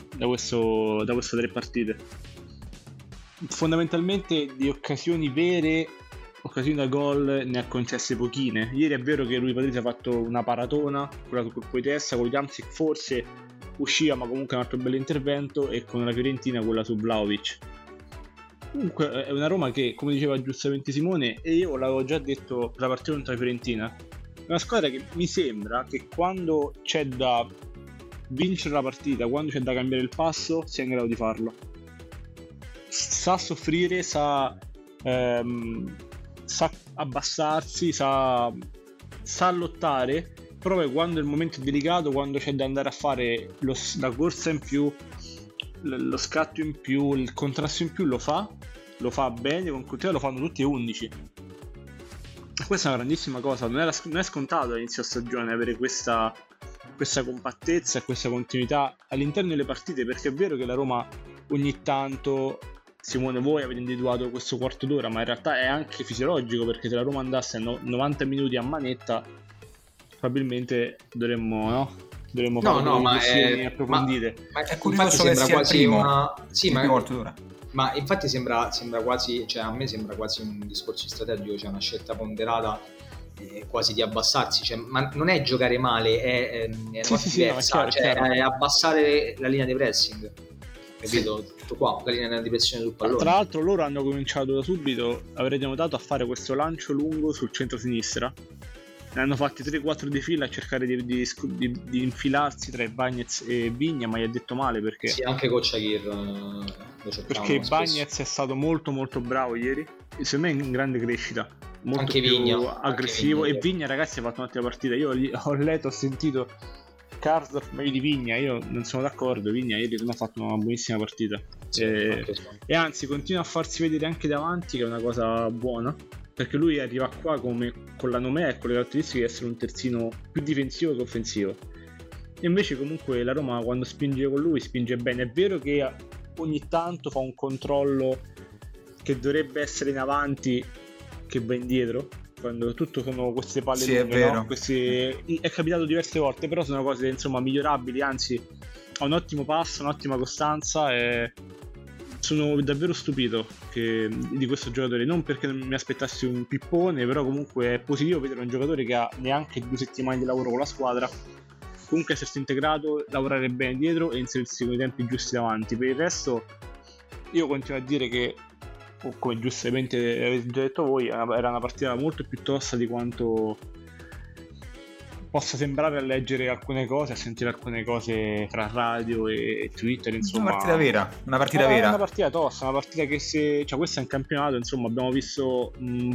3 partite. Fondamentalmente di occasioni vere, occasioni da gol, ne ha concesse pochine. Ieri è vero che Rui Patricio ha fatto una paratona, quella sul colpo di testa, con gli Jamsic forse usciva, ma comunque un altro bel intervento, e con la Fiorentina quella su Vlahovic. Comunque è una Roma che, come diceva giustamente Simone, e io l'avevo già detto per la partita contro la Fiorentina, è una squadra che mi sembra che quando c'è da vincere la partita, quando c'è da cambiare il passo, sia in grado di farlo. Sa soffrire, sa abbassarsi, sa lottare, proprio quando il momento è delicato, quando c'è da andare a fare la corsa in più, lo scatto in più, il contrasto in più, lo fa bene, con continuità, lo fanno tutti e 11. Questa è una grandissima cosa, non è scontato all'inizio stagione avere questa compattezza e questa continuità all'interno delle partite, perché è vero che la Roma ogni tanto, Simone, voi avete individuato questo quarto d'ora, ma in realtà è anche fisiologico, perché se la Roma andasse a 90 minuti a manetta probabilmente dovremmo fare discussioni approfondite. Ma è curioso che sia il primo quarto d'ora. Ma infatti sembra quasi, cioè a me sembra quasi un discorso strategico, cioè una scelta ponderata, quasi di abbassarsi, cioè, ma non è giocare male, è una cosa diversa, è abbassare la linea di pressing, capito? Tutto qua, la linea di pressione sul pallone. Tra l'altro loro hanno cominciato da subito, avrete notato, a fare questo lancio lungo sul centro-sinistra. Ne hanno fatti 3-4 di fila a cercare di infilarsi tra Bagnez e Vigna, ma gli ha detto male, perché sì, anche con Shaqir, perché Bagnez è stato molto molto bravo ieri, e secondo me in grande crescita, molto anche più Vigna, aggressivo, anche e Vigna, ragazzi, ha fatto un'ottima partita. Io ho letto, ho sentito Karsdorp meglio di Vigna, io non sono d'accordo. Vigna ieri non ha fatto una buonissima partita, sì, e anzi continua a farsi vedere anche davanti, che è una cosa buona, perché lui arriva qua come con la nomea e con le caratteristiche di essere un terzino più difensivo che offensivo. E invece comunque la Roma, quando spinge con lui, spinge bene. È vero che ogni tanto fa un controllo che dovrebbe essere in avanti, che va indietro, quando tutto sono queste palle lunghe, è vero. no? È capitato diverse volte, però sono cose insomma migliorabili, anzi ha un ottimo passo, un'ottima costanza, e sono davvero stupito di questo giocatore, non perché non mi aspettassi un pippone, però comunque è positivo vedere un giocatore che ha neanche 2 settimane di lavoro con la squadra, comunque essersi integrato, lavorare bene dietro e inserirsi con i tempi giusti davanti. Per il resto io continuo a dire che, come giustamente avete già detto voi, era una partita molto più tosta di quanto possa sembrare a leggere alcune cose, a sentire alcune cose tra radio e Twitter, insomma. Una partita vera. Una partita tosta, una partita che questo è un campionato, insomma, abbiamo visto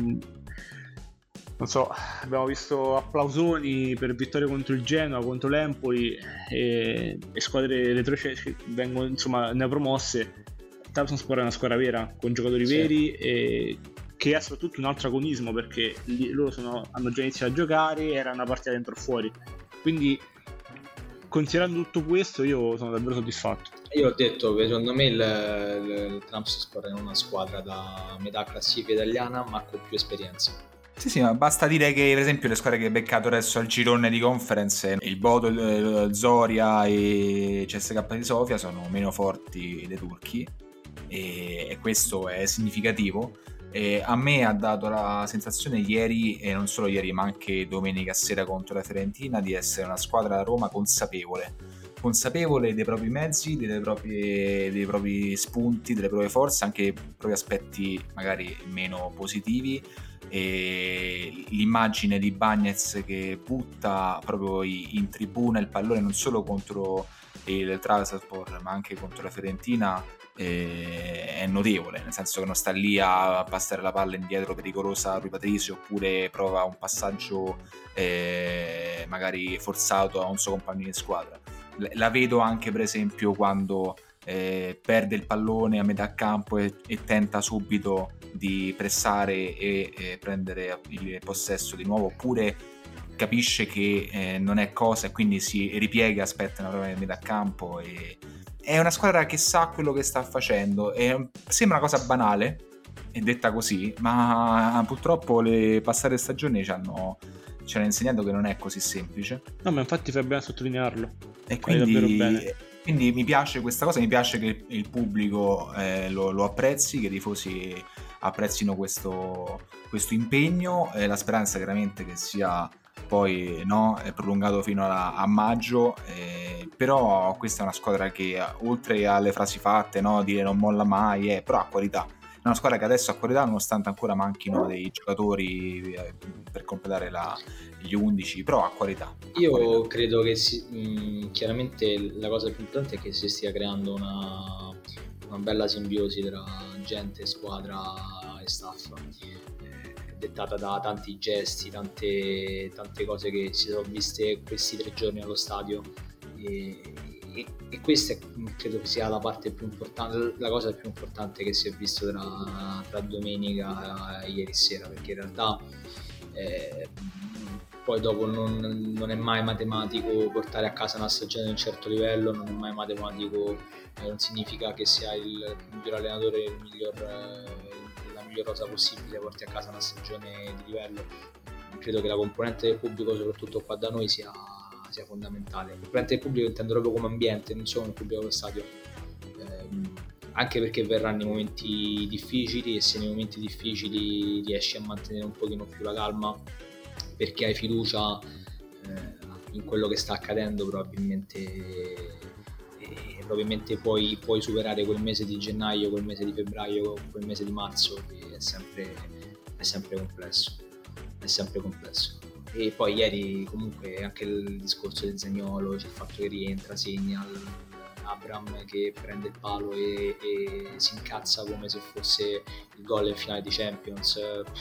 abbiamo visto applausoni per vittorie contro il Genoa, contro l'Empoli, e squadre retrocesse che vengono, insomma, neopromosse. Trabzonspor è una squadra vera, con giocatori veri, e che ha soprattutto un altro agonismo, perché loro hanno già iniziato a giocare, era una partita dentro o fuori. Quindi, considerando tutto questo, io sono davvero soddisfatto. Io ho detto che secondo me il Trabzonspor è una squadra da metà classifica italiana, ma con più esperienza. Sì, ma basta dire che per esempio le squadre che hai beccato adesso al girone di Conference, il Bodo, il Zoria e CSKA di Sofia, sono meno forti dei turchi, e questo è significativo. A me ha dato la sensazione ieri, e non solo ieri ma anche domenica sera contro la Fiorentina, di essere una squadra da Roma consapevole dei propri mezzi, dei propri spunti, delle proprie forze, anche dei propri aspetti magari meno positivi. E l'immagine di Bagnez che butta proprio in tribuna il pallone non solo contro il Trabzonspor ma anche contro la Fiorentina è notevole, nel senso che non sta lì a passare la palla indietro pericolosa a Rui Patricio, oppure prova un passaggio magari forzato a un suo compagno di squadra. La vedo anche per esempio quando perde il pallone a metà campo e tenta subito di pressare e prendere il possesso di nuovo, oppure capisce che non è cosa e quindi si ripiega, aspetta una prova a metà campo e è una squadra che sa quello che sta facendo. Sembra una cosa banale, è detta così, ma purtroppo le passate stagioni ci hanno insegnato che non è così semplice. No, ma infatti fai bene a sottolinearlo. E quindi mi piace questa cosa, mi piace che il pubblico lo apprezzi, che i tifosi apprezzino questo impegno. La speranza chiaramente che sia poi è prolungato fino a maggio, però questa è una squadra che, oltre alle frasi fatte, dire non molla mai, però ha qualità. È una squadra che adesso ha qualità, nonostante ancora manchino dei giocatori per completare gli 11, però ha qualità. Io credo che chiaramente la cosa più importante è che si stia creando una bella simbiosi tra gente, squadra e staff, dettata da tanti gesti, tante cose che si sono viste questi 3 giorni allo stadio, e questa credo che sia la parte più importante, la cosa più importante che si è visto tra domenica e ieri sera, perché in realtà poi dopo non è mai matematico portare a casa una stagione di un certo livello, non è mai matematico, non significa che sia il miglior allenatore, la miglior cosa possibile porti a casa una stagione di livello. Credo che la componente del pubblico, soprattutto qua da noi, sia fondamentale. La componente del pubblico intendo proprio come ambiente, non solo il pubblico dello stadio, anche perché verranno i momenti difficili, e se nei momenti difficili riesci a mantenere un pochino più la calma perché hai fiducia in quello che sta accadendo, probabilmente puoi superare quel mese di gennaio, quel mese di febbraio, quel mese di marzo, che è sempre complesso. E poi ieri comunque anche il discorso di Zaniolo, c'è il fatto che rientra, segna, Abraham che prende il palo e si incazza come se fosse il gol in finale di Champions.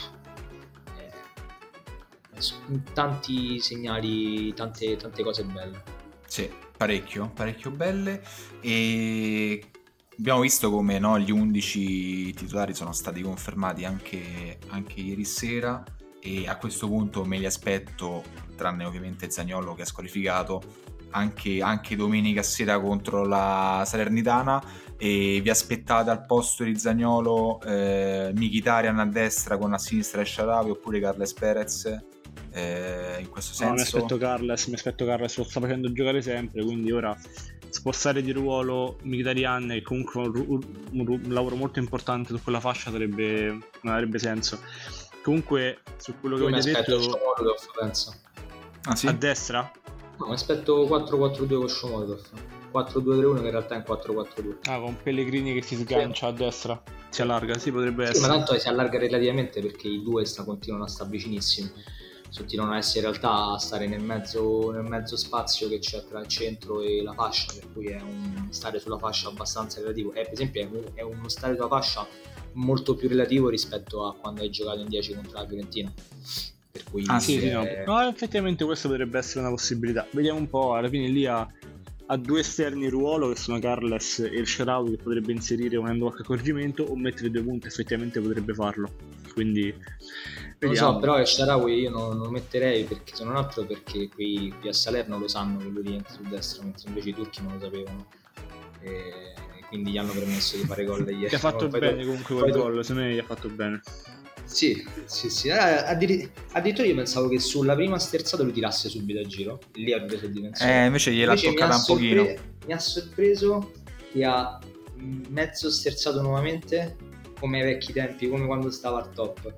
Tanti segnali, tante cose belle. Sì, parecchio belle. E abbiamo visto come gli 11 titolari sono stati confermati anche ieri sera, e a questo punto me li aspetto, tranne ovviamente Zaniolo che è squalificato, anche domenica sera contro la Salernitana. E vi aspettate al posto di Zaniolo Mkhitaryan a destra con a sinistra El Shaarawy, oppure Carles Perez? In questo senso mi aspetto Carles, lo sta facendo giocare sempre, quindi ora spostare di ruolo Mkhitaryan, che comunque un lavoro molto importante su quella fascia, non avrebbe senso. Comunque su quello che avete detto, penso. Ah, sì? A destra? No, mi aspetto 4-4-2 con Shomorodov, 4-2-3-1 che in realtà è un 4-4-2. Con Pellegrini che si sgancia a destra, si allarga, sì, potrebbe essere. Ma tanto si allarga relativamente, perché i due continuano a stare vicinissimi, continuano a essere in realtà a stare nel mezzo spazio che c'è tra il centro e la fascia, per cui è un stare sulla fascia abbastanza relativo. Per esempio è uno stare sulla fascia molto più relativo rispetto a quando hai giocato in 10 contro la Fiorentina, per cui no, effettivamente questo potrebbe essere una possibilità. Vediamo un po', alla fine lì ha 2 esterni ruolo, che sono Carles e El Shaarawy, che potrebbe inserire volendo qualche accorgimento, o mettere 2 punti, effettivamente potrebbe farlo, quindi non lo so. Però El Shaarawy io non lo metterei, perché se non altro perché qui a Salerno lo sanno che lui rientra sul destro, mentre invece i turchi non lo sapevano, e quindi gli hanno permesso di fare gol ieri. Ti ha fatto bene comunque quel gol, secondo me gli ha fatto bene. Sì. Addirittura io pensavo che sulla prima sterzata lui tirasse subito a giro, lì ha preso dimensione. Invece gliel'ha toccata un pochino. Mi ha sorpreso che ha mezzo sterzato nuovamente, come ai vecchi tempi, come quando stava al top.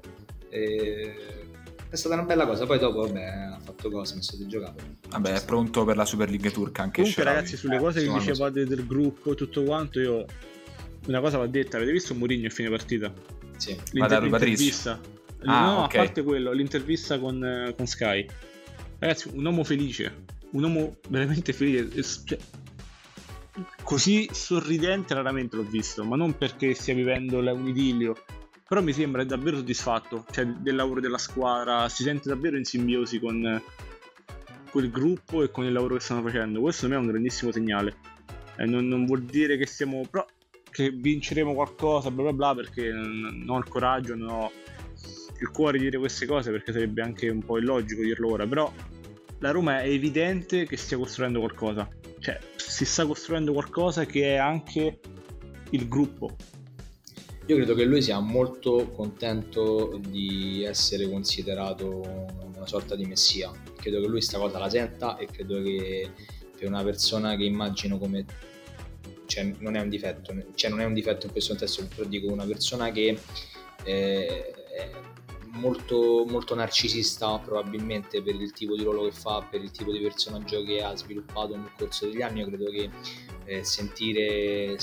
È stata una bella cosa. Poi dopo ha fatto cosa, ha messo di giocato. Vabbè, è pronto per la Super League turca anche. Comunque ragazzi, sulle cose che dicevate del gruppo e tutto quanto, io una cosa va detta: avete visto Mourinho a fine partita? Sì. L'intervista. Okay. A parte quello, l'intervista con Sky. Ragazzi, un uomo felice, un uomo veramente felice, cioè, così sorridente raramente l'ho visto, ma non perché stia vivendo un idillio, però mi sembra davvero soddisfatto, cioè, del lavoro della squadra, si sente davvero in simbiosi con quel gruppo e con il lavoro che stanno facendo. Questo per me è un grandissimo segnale. Non vuol dire che che vinceremo qualcosa, bla bla bla, perché non ho il coraggio, non ho il cuore di dire queste cose, perché sarebbe anche un po' illogico dirlo ora, però la Roma è evidente che stia costruendo qualcosa, cioè si sta costruendo qualcosa che è anche il gruppo. Io credo che lui sia molto contento di essere considerato una sorta di messia. Credo che lui sta cosa la senta, e credo che per una persona che immagino come, cioè non è un difetto, cioè non è un difetto in questo contesto, però dico una persona che è molto, molto narcisista probabilmente per il tipo di ruolo che fa, per il tipo di personaggio che ha sviluppato nel corso degli anni. Io credo che sentire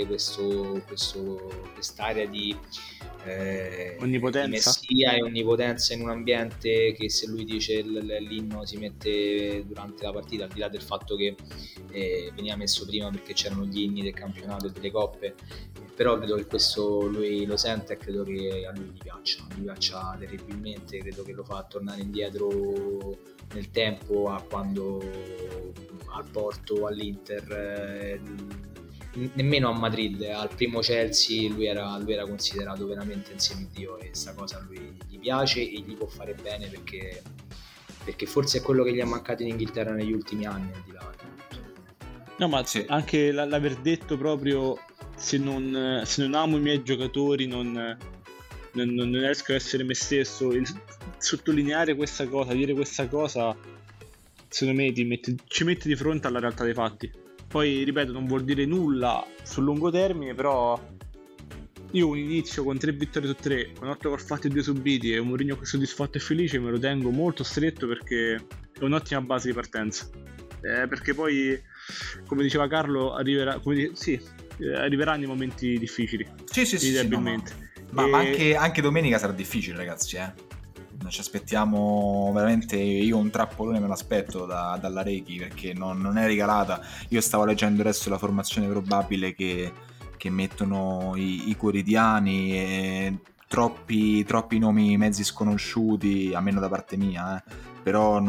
quest'area di onnipotenza, di messia e onnipotenza in un ambiente che, se lui dice l'inno, si mette durante la partita, al di là del fatto che veniva messo prima perché c'erano gli inni del campionato e delle coppe, però credo che questo lui lo sente, e credo che a lui gli piaccia terribilmente. Credo che lo fa tornare indietro nel tempo, a quando al Porto, all'Inter, nemmeno a Madrid, al primo Chelsea lui era considerato veramente un semidio, e sta cosa a lui gli piace e gli può fare bene, perché forse è quello che gli è mancato in Inghilterra negli ultimi anni, al di là di tutto. no, ma Sì. anche l'aver detto proprio se non amo i miei giocatori non riesco a essere me stesso, sottolineare questa cosa, dire questa cosa, secondo me ci mette di fronte alla realtà dei fatti. Poi ripeto, non vuol dire nulla sul lungo termine, però io un inizio con 3 vittorie su 3, con 8 gol fatti e 2 subiti, e un Mourinho soddisfatto e felice, me lo tengo molto stretto, perché è un'ottima base di partenza. Perché poi, come diceva Carlo, arriveranno i momenti difficili, Sì, inevitabilmente. ma anche domenica sarà difficile, ragazzi, non ci aspettiamo veramente. Io un trappolone me l'aspetto dalla Rechi, perché non è regalata. Io stavo leggendo adesso la formazione probabile che mettono i quotidiani, e troppi nomi mezzi sconosciuti, almeno da parte mia, però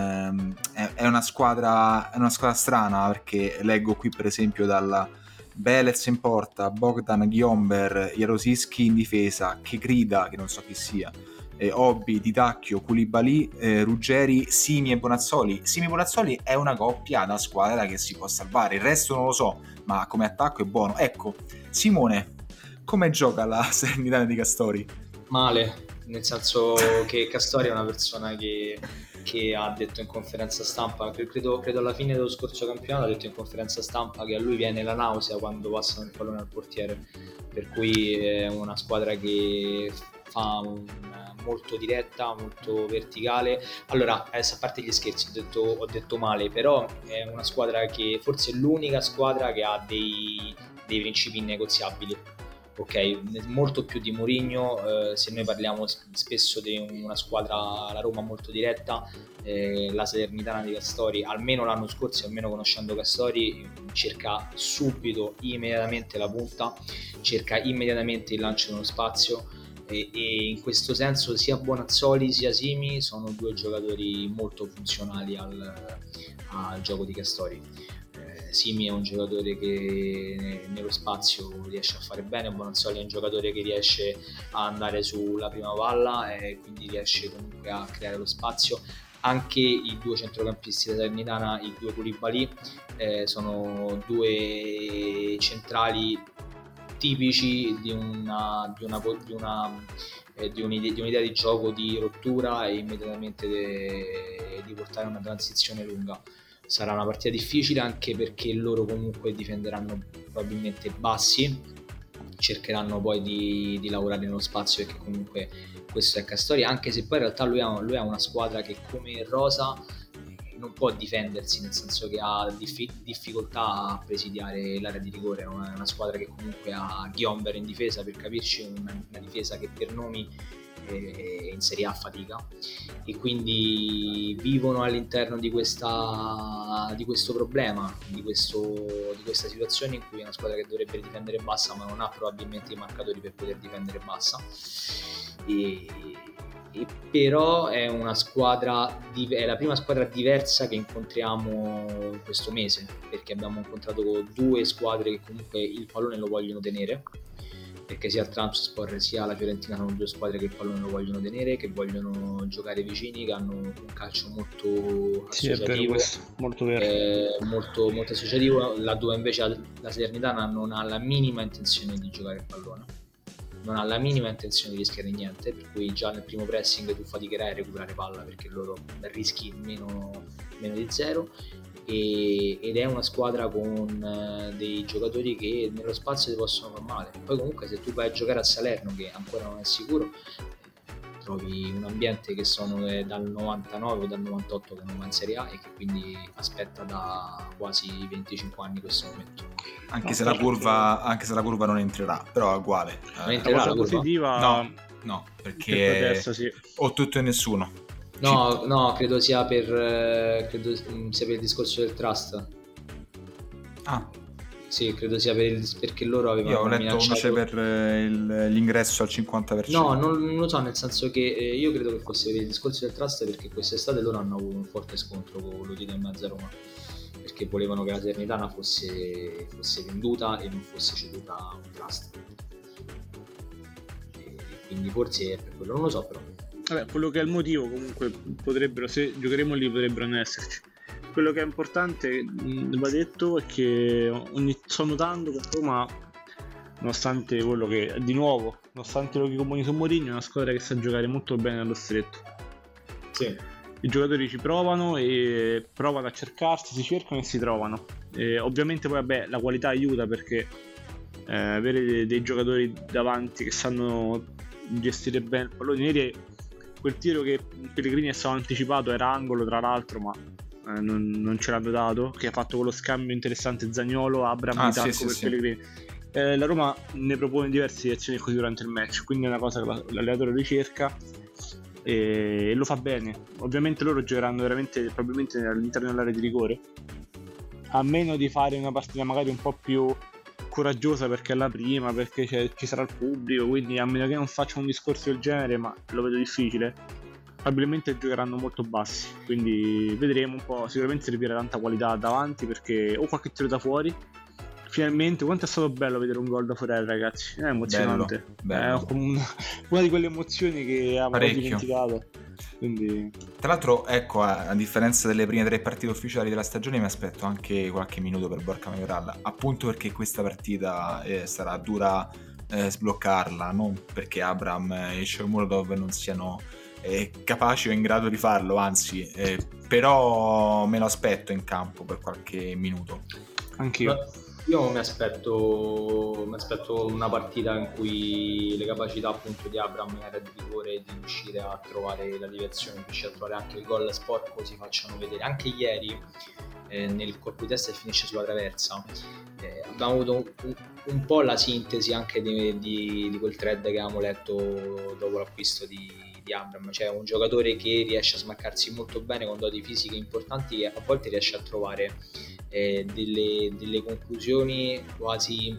è una squadra strana, perché leggo qui per esempio dalla Belez in porta, Bogdan, Gyomber, Jarosischi in difesa, che grida, che non so chi sia, Obbi, Ditacchio, Koulibaly, Ruggeri, Simi e Bonazzoli. Simi e Bonazzoli è una coppia da squadra che si può salvare, il resto non lo so, ma come attacco è buono. Ecco, Simone, come gioca la Salernitana di Castori? Male, nel senso che Castori è una persona che ha detto in conferenza stampa, credo alla fine dello scorso campionato, ha detto in conferenza stampa che a lui viene la nausea quando passano il pallone al portiere, per cui è una squadra che fa molto diretta, molto verticale. Allora, a parte gli scherzi, ho detto male, però è una squadra che forse è l'unica squadra che ha dei principi innegoziabili. Ok, molto più di Mourinho. Se noi parliamo spesso di una squadra, la Roma, molto diretta, la Salernitana di Castori, almeno l'anno scorso, almeno conoscendo Castori, cerca subito, immediatamente la punta, cerca immediatamente il lancio nello spazio, e in questo senso sia Bonazzoli sia Simi sono due giocatori molto funzionali al gioco di Castori. Simi è un giocatore che nello spazio riesce a fare bene, Bonazzoli è un giocatore che riesce a andare sulla prima palla e quindi riesce comunque a creare lo spazio. Anche i due centrocampisti della Salernitana, i due Koulibaly, sono due centrali tipici di un'idea di gioco di rottura e immediatamente di portare una transizione lunga. Sarà una partita difficile, anche perché loro comunque difenderanno probabilmente bassi, cercheranno poi di lavorare nello spazio, perché comunque questo è Castori, anche se poi in realtà lui ha una squadra che, come rosa, non può difendersi, nel senso che ha difficoltà a presidiare l'area di rigore. È una squadra che comunque ha Gyomber in difesa, per capirci, una difesa che per nomi in Serie A fatica, e quindi vivono all'interno di questo problema, di questa situazione in cui è una squadra che dovrebbe difendere bassa ma non ha probabilmente i marcatori per poter difendere bassa, e però è una squadra è la prima squadra diversa che incontriamo questo mese, perché abbiamo incontrato due squadre che comunque il pallone lo vogliono tenere, perché sia il Trabzonspor sia la Fiorentina sono due squadre che il pallone lo vogliono tenere, che vogliono giocare vicini, che hanno un calcio molto associativo, molto vero. Molto associativo, laddove invece la Salernitana non ha la minima intenzione di giocare il pallone, non ha la minima intenzione di rischiare niente, per cui già nel primo pressing tu faticherai a recuperare palla perché loro rischi meno di zero, ed è una squadra con dei giocatori che nello spazio ti possono far male. Poi comunque se tu vai a giocare a Salerno, che ancora non è sicuro, trovi un ambiente che sono dal 99 o dal 98 che non va in Serie A e che quindi aspetta da quasi 25 anni questo momento. Anche se la curva non entrerà, però è uguale. Non entrerà la curva? Positiva... No, perché adesso, sì. O tutto e nessuno. No, credo sia per il discorso del trust. Sì, credo sia perché loro avevano io ho letto invece per l'ingresso al 50%. No, non lo so, nel senso che io credo che fosse per il discorso del trust, perché quest'estate loro hanno avuto un forte scontro con l'Udine in mezzo a Roma, perché volevano che la Salernitana fosse venduta e non fosse ceduta a un trust, e quindi forse è per quello, non lo so, però vabbè, quello che è il motivo comunque potrebbero, se giocheremo lì potrebbero non esserci. Quello che è importante, va detto, è che sto notando che Roma, nonostante quello che, di nuovo, nonostante lo che comuni su Mourinho, è una squadra che sa giocare molto bene allo stretto. Sì. I giocatori ci provano e provano a cercarsi, si cercano e si trovano. Ovviamente poi vabbè, la qualità aiuta, perché avere dei giocatori davanti che sanno gestire bene il pallone. Ieri quel tiro che Pellegrini è stato anticipato era angolo, tra l'altro, ma non ce l'hanno dato, che ha fatto quello scambio interessante Zaniolo, Abraham, per Pellegrini. La Roma ne propone diverse azioni così durante il match, quindi è una cosa che l'allenatore ricerca e lo fa bene. Ovviamente loro giocheranno veramente probabilmente all'interno dell'area di rigore, a meno di fare una partita magari un po' più coraggiosa, perché è la prima, perché ci sarà il pubblico, quindi a meno che non faccia un discorso del genere, ma lo vedo difficile, probabilmente giocheranno molto bassi, quindi vedremo un po'. Sicuramente servirà tanta qualità davanti, perché o qualche tiro da fuori. Finalmente, quanto è stato bello vedere un gol da fuori, ragazzi, è emozionante, bello. È una di quelle emozioni che avevo dimenticato. Quindi... Tra l'altro, ecco, a differenza delle prime 3 partite ufficiali della stagione, mi aspetto anche qualche minuto per Borca Majoral, appunto perché questa partita sarà dura sbloccarla, non perché Abraham e Shomurodov non siano capaci o in grado di farlo, anzi, però me lo aspetto in campo per qualche minuto. Anch'io. Io mi aspetto una partita in cui le capacità appunto di Abraham in area di rigore di riuscire a trovare la direzione, riuscire a trovare anche il gol sporco, si facciano vedere. Anche ieri nel colpo di testa che finisce sulla traversa abbiamo avuto un po' la sintesi anche di quel thread che avevamo letto dopo l'acquisto di Abraham, cioè un giocatore che riesce a smaccarsi molto bene con doti fisiche importanti e a volte riesce a trovare delle conclusioni quasi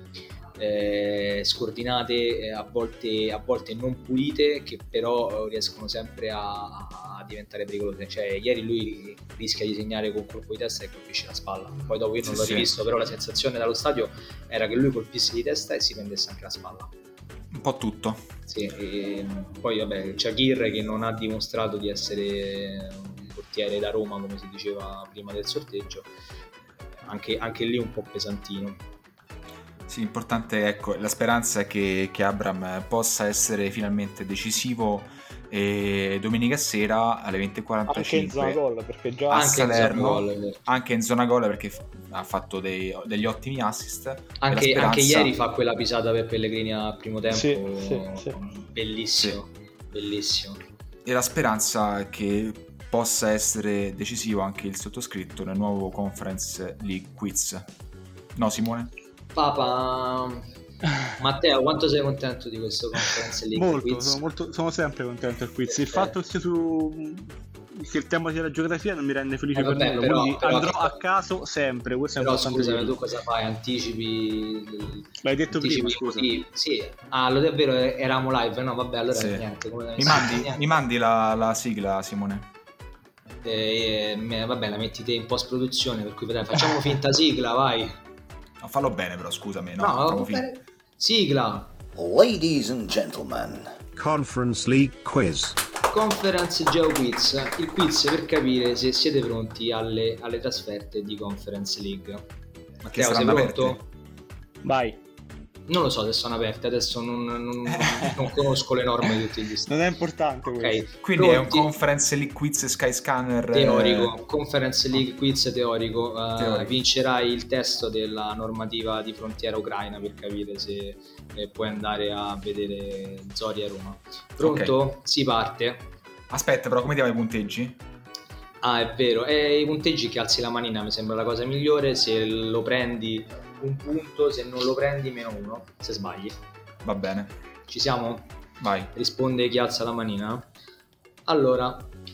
scordinate, a volte non pulite, che però riescono sempre a diventare pericolose. Cioè ieri lui rischia di segnare con colpo di testa e colpisce la spalla, poi dopo io non l'ho rivisto, però la sensazione dallo stadio era che lui colpisse di testa e si prendesse anche la spalla, un po' tutto. Sì, e poi vabbè, Shaqiri che non ha dimostrato di essere un portiere da Roma come si diceva prima del sorteggio, anche lì un po' pesantino. Sì, importante, ecco, la speranza è che Abraham possa essere finalmente decisivo domenica sera alle 20:45 anche in zona gol, perché già a Salerno, anche in zona gol, perché ha fatto degli ottimi assist. Anche ieri fa quella pisata per Pellegrini al primo tempo, sì. Bellissimo. E la speranza è che possa essere decisivo anche il sottoscritto nel nuovo Conference League quiz. No, Simone? Papa Matteo, quanto sei contento di questo Conference League quiz? Sono sempre contento del quiz. Il fatto che il tema sia la geografia non mi rende felice per nulla, quindi andrò a caso sempre. Questo però è scusami, tu cosa fai? Anticipi? L'hai detto prima, scusa. Sì. Lo è vero, eravamo live, no? Vabbè, allora sì. Niente. Mi mandi la sigla, Simone? Vabbè, la metti te in post produzione, per cui facciamo finta sigla, vai. No, fallo bene però, scusami. No, sigla. Ladies and gentlemen, Conference League Quiz. Conference Geo Quiz, il quiz per capire se siete pronti alle trasferte di Conference League. Matteo, sei pronto? Vai. Non lo so se sono aperte, adesso non conosco le norme di tutti gli stati. Non è importante questo. Okay. Quindi Pronti? è un Conference League Quiz Skyscanner Teorico, Conference League Quiz teorico. Vincerai il testo della normativa di frontiera ucraina per capire se puoi andare a vedere Zoria a Roma. Pronto? Ok. Si parte. Aspetta, però come ti va i punteggi? Ah, è vero, i punteggi che alzi la manina mi sembra la cosa migliore. Se lo prendi un punto, se non lo prendi meno uno, se sbagli. Va bene. Ci siamo? Vai. Risponde chi alza la manina. Allora,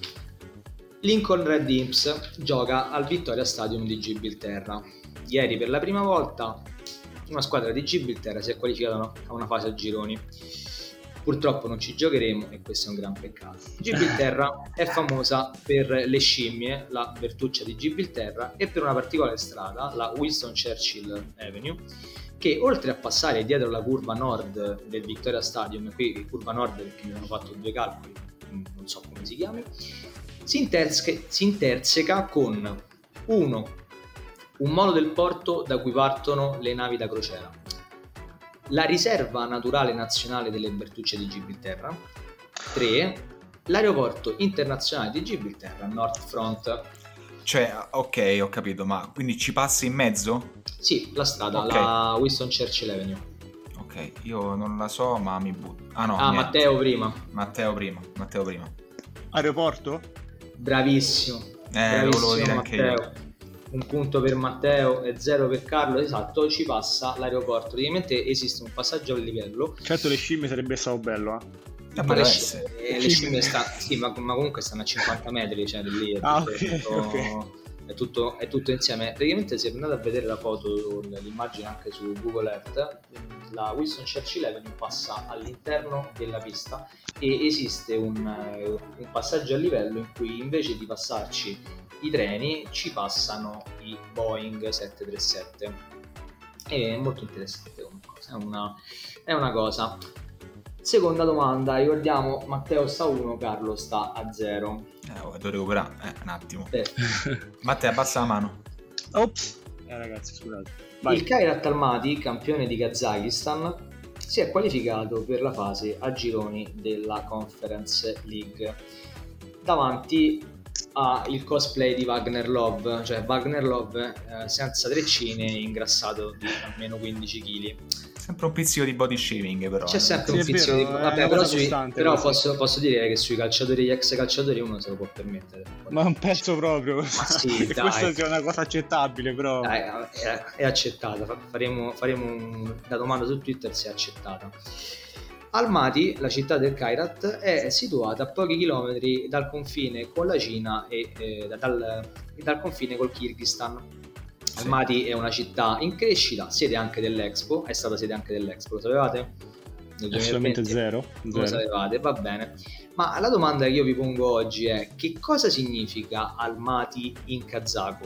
Lincoln Red Imps gioca al Victoria Stadium di Gibilterra. Ieri per la prima volta una squadra di Gibilterra si è qualificata a una fase a gironi. Purtroppo non ci giocheremo e questo è un gran peccato. Gibilterra è famosa per le scimmie, la Bertuccia di Gibilterra, e per una particolare strada, la Winston Churchill Avenue, che oltre a passare dietro la curva nord del Victoria Stadium, qui curva nord perché mi hanno fatto due calcoli, non so come si chiami, si interseca con un molo del porto da cui partono le navi da crociera, la riserva naturale nazionale delle Bertucce di Gibilterra, 3, l'aeroporto internazionale di Gibilterra, North Front. Cioè, ok, ho capito, ma quindi ci passi in mezzo? Sì, la strada, Ok. la Winston Churchill Avenue. Ok, io non la so, ma mi butto. Ah no, Ah, niente. Matteo prima. Matteo prima. Aeroporto? Bravissimo. Lo volevo dire anche Matteo. io. Un punto per Matteo e 0 per Carlo, esatto, ci passa l'aeroporto. Praticamente esiste un passaggio a livello. Certo, le scimmie sarebbe stato bello, Ma Poteva le essere. scimmie sì, ma comunque stanno a 50 metri, cioè lì è tutto insieme. Praticamente se andate a vedere la foto, l'immagine anche su Google Earth, la Winston Churchill Avenue passa all'interno della pista e esiste un passaggio a livello in cui invece di passarci i treni ci passano i Boeing 737. È molto interessante comunque, è una cosa. Seconda domanda, ricordiamo Matteo sta a 1, Carlo sta a 0. Devo recuperare, un attimo. Eh. Matteo, abbassa la mano. Ops. Ragazzi, scusate. Vai. Il Kairat Almaty, campione di Kazakistan, si è qualificato per la fase a gironi della Conference League davanti al cosplay di Wagner Love, cioè Wagner Love senza treccine, ingrassato di almeno 15 kg. Sempre un pizzico di body shaming, però. C'è sempre Sì, un è pizzico vero, di... è Vabbè, una però, cosa costante, però questo. posso dire che sui calciatori, gli ex calciatori, uno se lo può permettere. Ma non penso proprio. sì, che dai. questa sia una cosa accettabile, però. Dai, è accettata. Faremo la domanda su Twitter se è accettata. Almaty, la città del Kairat, è situata a pochi chilometri dal confine con la Cina e dal confine col Kirghizistan. Almaty è una città in crescita, sede anche dell'Expo, è stata sede anche dell'Expo, lo sapevate? Nel Assolutamente 2020? zero. Non lo sapevate, va bene. Ma la domanda che io vi pongo oggi è: che cosa significa Almaty in kazako?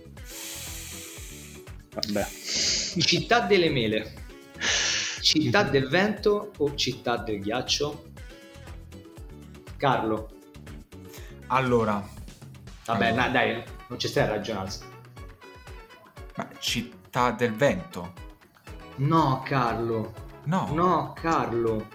Vabbè. Città delle mele, città del vento o città del ghiaccio? Carlo. Allora, Vabbè, dai, non ci stai a ragionare. ma città del vento? No, Carlo. No. Carlo.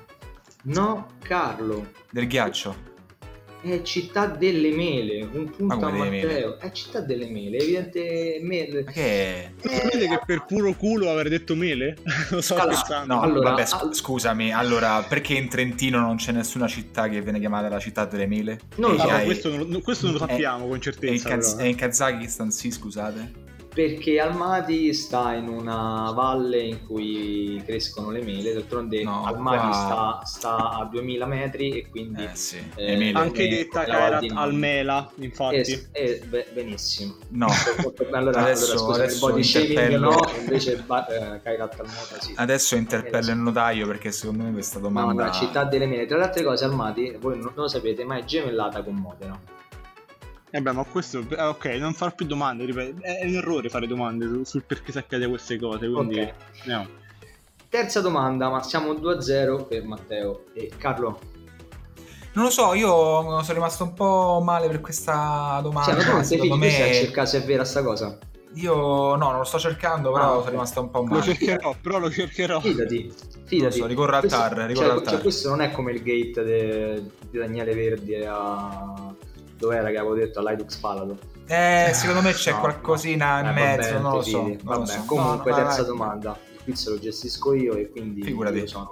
Del ghiaccio? È città delle mele. Un punto Ma a come delle Matteo. È città delle mele, evidente mele. Ma che è? Sapete che per puro culo avrei detto mele? Lo sto Allora, scherzando. No, Allora, vabbè, scusami, allora, perché in Trentino non c'è nessuna città che viene chiamata la città delle mele? Non lo so, Vabbè, questo non lo sappiamo con E certezza. però. in Kazakistan sì, scusate. perché Almaty sta in una valle in cui crescono le mele. D'altronde No, Almaty qua- sta a 2000 metri e quindi Sì, eh, le mele. Anche come detta la Val Kairat di Nord. Almela, infatti. Benissimo. No, Allora Adesso- scusa, il adesso body shaming interpello- no, invece Kairat Almaty sì. adesso interpello il notaio perché secondo me questa domanda... No, città delle mele. Tra le altre cose Almaty, voi non lo sapete, ma è gemellata con Modena. Beh, ma questo ok, non farò più domande, ripeto. È un errore fare domande sul perché si accade queste cose, quindi Ok. no. Terza domanda, ma siamo 2-0 per Matteo e Carlo. Non lo so, io sono rimasto un po' male per questa domanda. Cioè, ma tu non sei secondo figlio, me... a cercare se è vera sta cosa. Io no, non lo sto cercando, però sono rimasto un po' male. Lo cercherò. Fidati. Non so, ricorro al TAR. Cioè, questo non è come il gate di Daniele Verdi a... Dov'era che avevo detto? All'Idux Palato. Secondo me c'è qualcosina in mezzo, non lo so. Vabbè, comunque terza domanda. Il quiz lo gestisco io e quindi figurati. io sono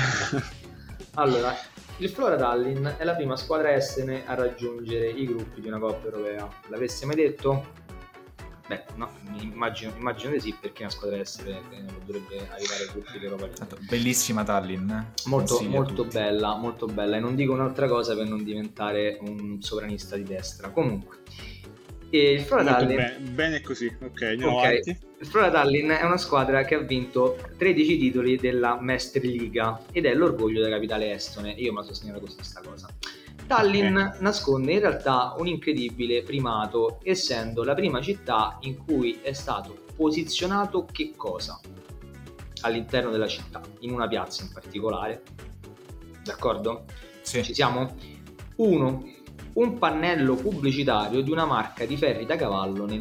Allora, il Flora Tallinn è la prima squadra estone a raggiungere i gruppi di una Coppa Europea. L'aveste mai detto? Beh, no, immagino di sì, perché una squadra estone dovrebbe arrivare ai gruppi di Europa League. Bellissima Tallinn. Molto bella, e non dico un'altra cosa per non diventare un sovranista di destra. Comunque, il Flora Tallinn bene così, ok, andiamo avanti. Il Flora Tallinn è una squadra che ha vinto 13 titoli della Meistriliga ed è l'orgoglio della capitale estone. Io me la sono segnata così sta cosa. Tallinn nasconde in realtà un incredibile primato, essendo la prima città in cui è stato posizionato che cosa? All'interno della città, in una piazza in particolare. D'accordo? Sì. Ci siamo? 1. Un pannello pubblicitario di una marca di ferri da cavallo nel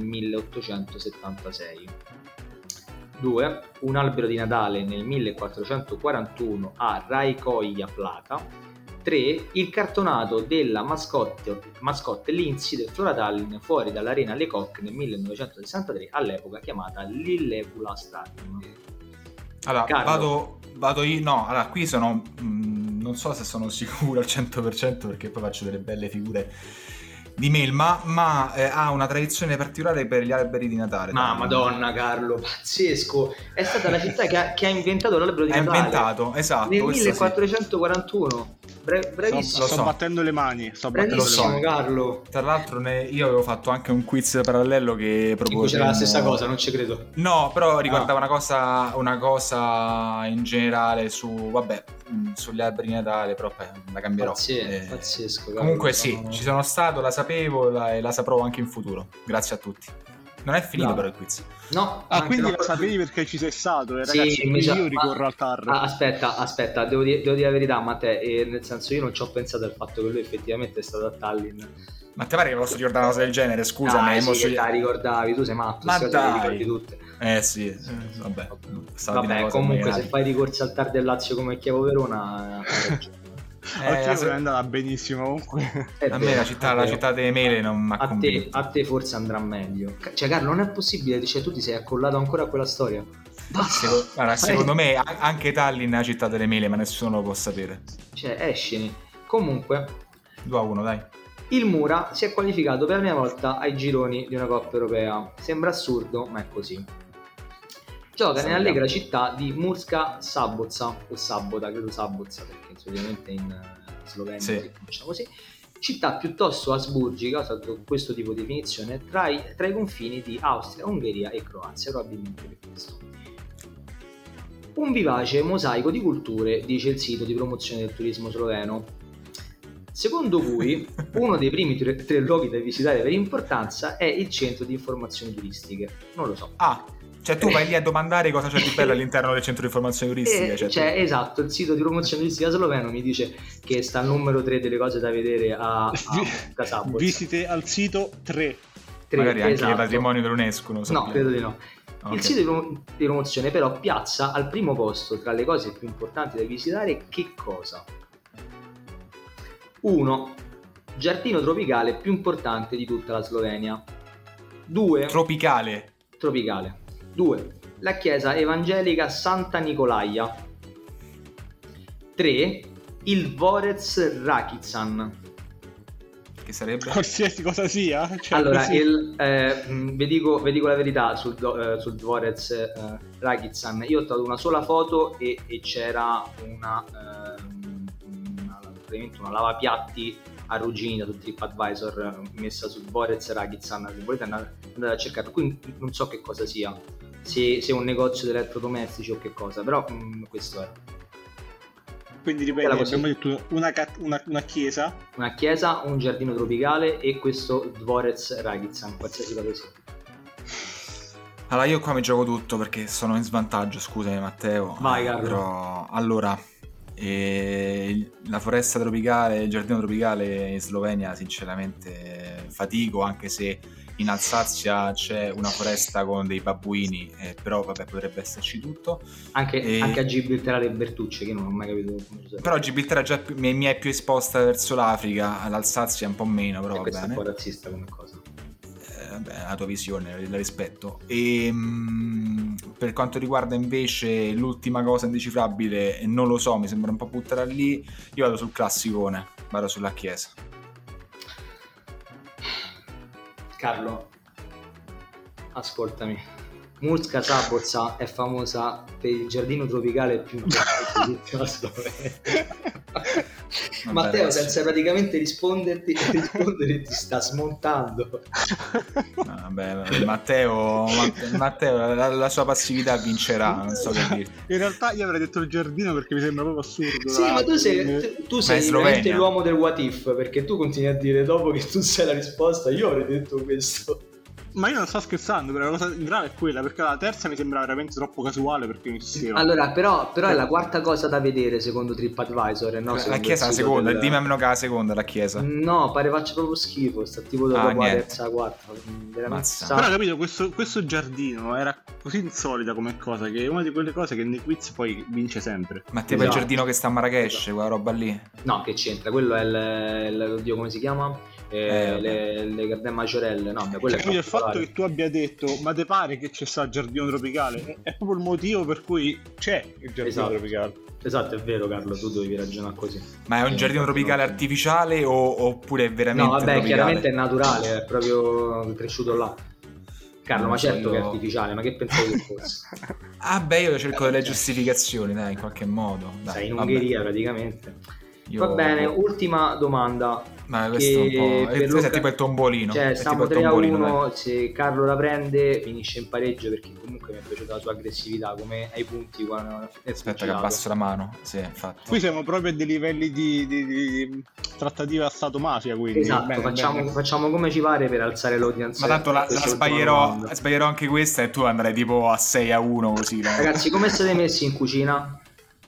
1876. 2. Un albero di Natale nel 1441 a Raikoja Plata. 3. Il cartonato della mascotte Lindsay del Flora Tallinn fuori dall'Arena Le Coq nel 1963, all'epoca chiamata Lilleküla Stadium. Allora, vado io. No, allora qui sono non so se sono sicuro al 100% perché poi faccio delle belle figure di Melma, ma ha una tradizione particolare per gli alberi di Natale. Ma madonna Carlo, pazzesco! È stata la città che ha inventato l'albero di Natale. Ha inventato, esatto. Nel 1441. Bravissimo. Sto battendo le mani. Bravissimo, Carlo. Tra l'altro io avevo fatto anche un quiz parallelo che propose. C'era la stessa cosa, non ci credo. No, però ricordava una cosa in generale sugli alberi di Natale, però la cambierò. Pazzesco. Comunque ci sono stato, la sapevo e la saprò anche in futuro. Grazie a tutti. Non è finito però il quiz. No. Quindi lo sapevi perché ci sei stato, sì, ragazzi, io ricorro al TAR. Aspetta, devo dire la verità, Matteo, nel senso io non ci ho pensato al fatto che lui effettivamente è stato a Tallinn. Ma te pare che posso ricordare una cosa del genere? Scusami, sì, te la ricordavi, tu sei matto, ma dai. Tutte. Sì, vabbè, comunque se fai ricorsi al TAR del Lazio come Chievo Verona è andata benissimo comunque. A me la città delle mele non mi ha convinto. A te forse andrà meglio. Cioè Carlo, non è possibile, cioè, tu ti sei accollato ancora a quella storia. Secondo me anche Tallinn è la città delle mele, ma nessuno lo può sapere. Cioè escini. Comunque 2-1, dai. Il Mura si è qualificato per la prima volta ai gironi di una Coppa Europea. Sembra assurdo, ma è così. Gioca nell'allegra città di Murska Sobota, o Sabota, credo Sabotza, perché solitamente in Slovenia si conosce così. Città piuttosto asburgica, usato questo tipo di definizione, tra i confini di Austria, Ungheria e Croazia, probabilmente per questo. Un vivace mosaico di culture, dice il sito di promozione del turismo sloveno, secondo cui uno dei primi tre luoghi da visitare per importanza è il centro di informazioni turistiche. Non lo so. Cioè tu vai lì a domandare cosa c'è di bello all'interno del centro di informazioni turistiche. Esatto, il sito di promozione turistica sloveno mi dice che sta al numero 3 delle cose da vedere a Casabozza. Visite al sito 3. Magari anche il patrimonio dell'UNESCO, non so. No, credo di no. Okay. Il sito di promozione però piazza al primo posto tra le cose più importanti da visitare che cosa? 1. Giardino tropicale più importante di tutta la Slovenia. 2. Tropicale. 2. La chiesa evangelica Santa Nicolaia. 3. Il Dvorec Rakitsan. Che sarebbe? Qualsiasi cosa sia. Cioè allora, vi dico la verità sul Dvorec Rakitsan. Io ho trovato una sola foto e c'era una lavapiatti arrugginita su TripAdvisor messa su Dvorec Rakitsan. Se volete andare a cercare, qui non so che cosa sia, se è un negozio di elettrodomestici o che cosa, però questo è. Quindi ripeto, abbiamo detto una chiesa, un giardino tropicale e questo Dvorec Rakitsan, qualsiasi cosa sia. Allora, io qua mi gioco tutto perché sono in svantaggio, scusami Matteo. Vai, Carlo. Però, allora, la foresta tropicale, il giardino tropicale in Slovenia, sinceramente fatico, anche se in Alsazia c'è una foresta con dei babbuini, però vabbè, potrebbe esserci tutto. Anche a Gibilterra e Bertucce, che non ho mai capito come ci però Gibilterra già mi è più esposta verso l'Africa, l'Alsazia un po' meno, però va questo bene. è un po' razzista come cosa. Vabbè, la tua visione, la rispetto. E per quanto riguarda invece l'ultima cosa indecifrabile, non lo so, mi sembra un po' buttare lì. Io vado sul classicone, vado sulla Chiesa. Carlo, ascoltami. Murska Sabotsa è famosa per il giardino tropicale più importante di tutta la Slovenia. Matteo, senza praticamente rispondere ti sta smontando. No, vabbè, Matteo la sua passività vincerà, non so che dirti. In realtà io avrei detto il giardino perché mi sembra proprio assurdo. Sì, ma tu sei veramente l'uomo del what if, perché tu continui a dire dopo che tu sai la risposta, io avrei detto questo. Ma io non sto scherzando, però la cosa grave è quella, perché la terza mi sembra veramente troppo casuale perché mi insisteva. Allora, però è la quarta cosa da vedere secondo TripAdvisor, no? La Chiesa è la seconda, dimmi almeno che è la seconda, la Chiesa. No, pare faccia proprio schifo, sta tipo dopo la terza, la quarta. Però capito, questo giardino era così insolita come cosa, che è una di quelle cose che nei quiz poi vince sempre. Ma tipo il giardino che sta a Marrakesh, quella roba lì? No, che c'entra, quello è oddio, come si chiama? Le Gardè Maggiorelle, no, quello è il fatto che tu abbia detto ma te pare che c'è sta il giardino tropicale è proprio il motivo per cui c'è il giardino tropicale. Esatto, è vero Carlo, tu dovevi ragionare così. Ma è un giardino tropicale artificiale oppure è veramente no, vabbè, tropicale? Chiaramente è naturale, è proprio cresciuto là. Carlo, ma certo che è artificiale, ma che pensavi che fosse? Beh, io cerco delle giustificazioni, dai, in qualche modo. Dai, sei in Ungheria praticamente. Va bene, ultima domanda. Ma questo è un po'. È tipo il tombolino. Cioè, stiamo 3-1. Se Carlo la prende, finisce in pareggio perché comunque mi è piaciuta la sua aggressività. Come ai punti quando aspetta che abbasso la mano. Sì, infatti. Qui siamo proprio a dei livelli di trattativa Stato-mafia. Quindi esatto, facciamo come ci pare per alzare l'audience. Ma tanto la sbaglierò anche questa e tu andrai tipo a 6-1 così. Ragazzi, come siete messi in cucina?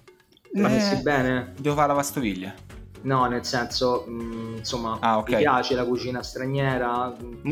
Messi bene? Devo fare la lavastoviglie. No, nel senso, insomma, okay. Mi piace la cucina straniera?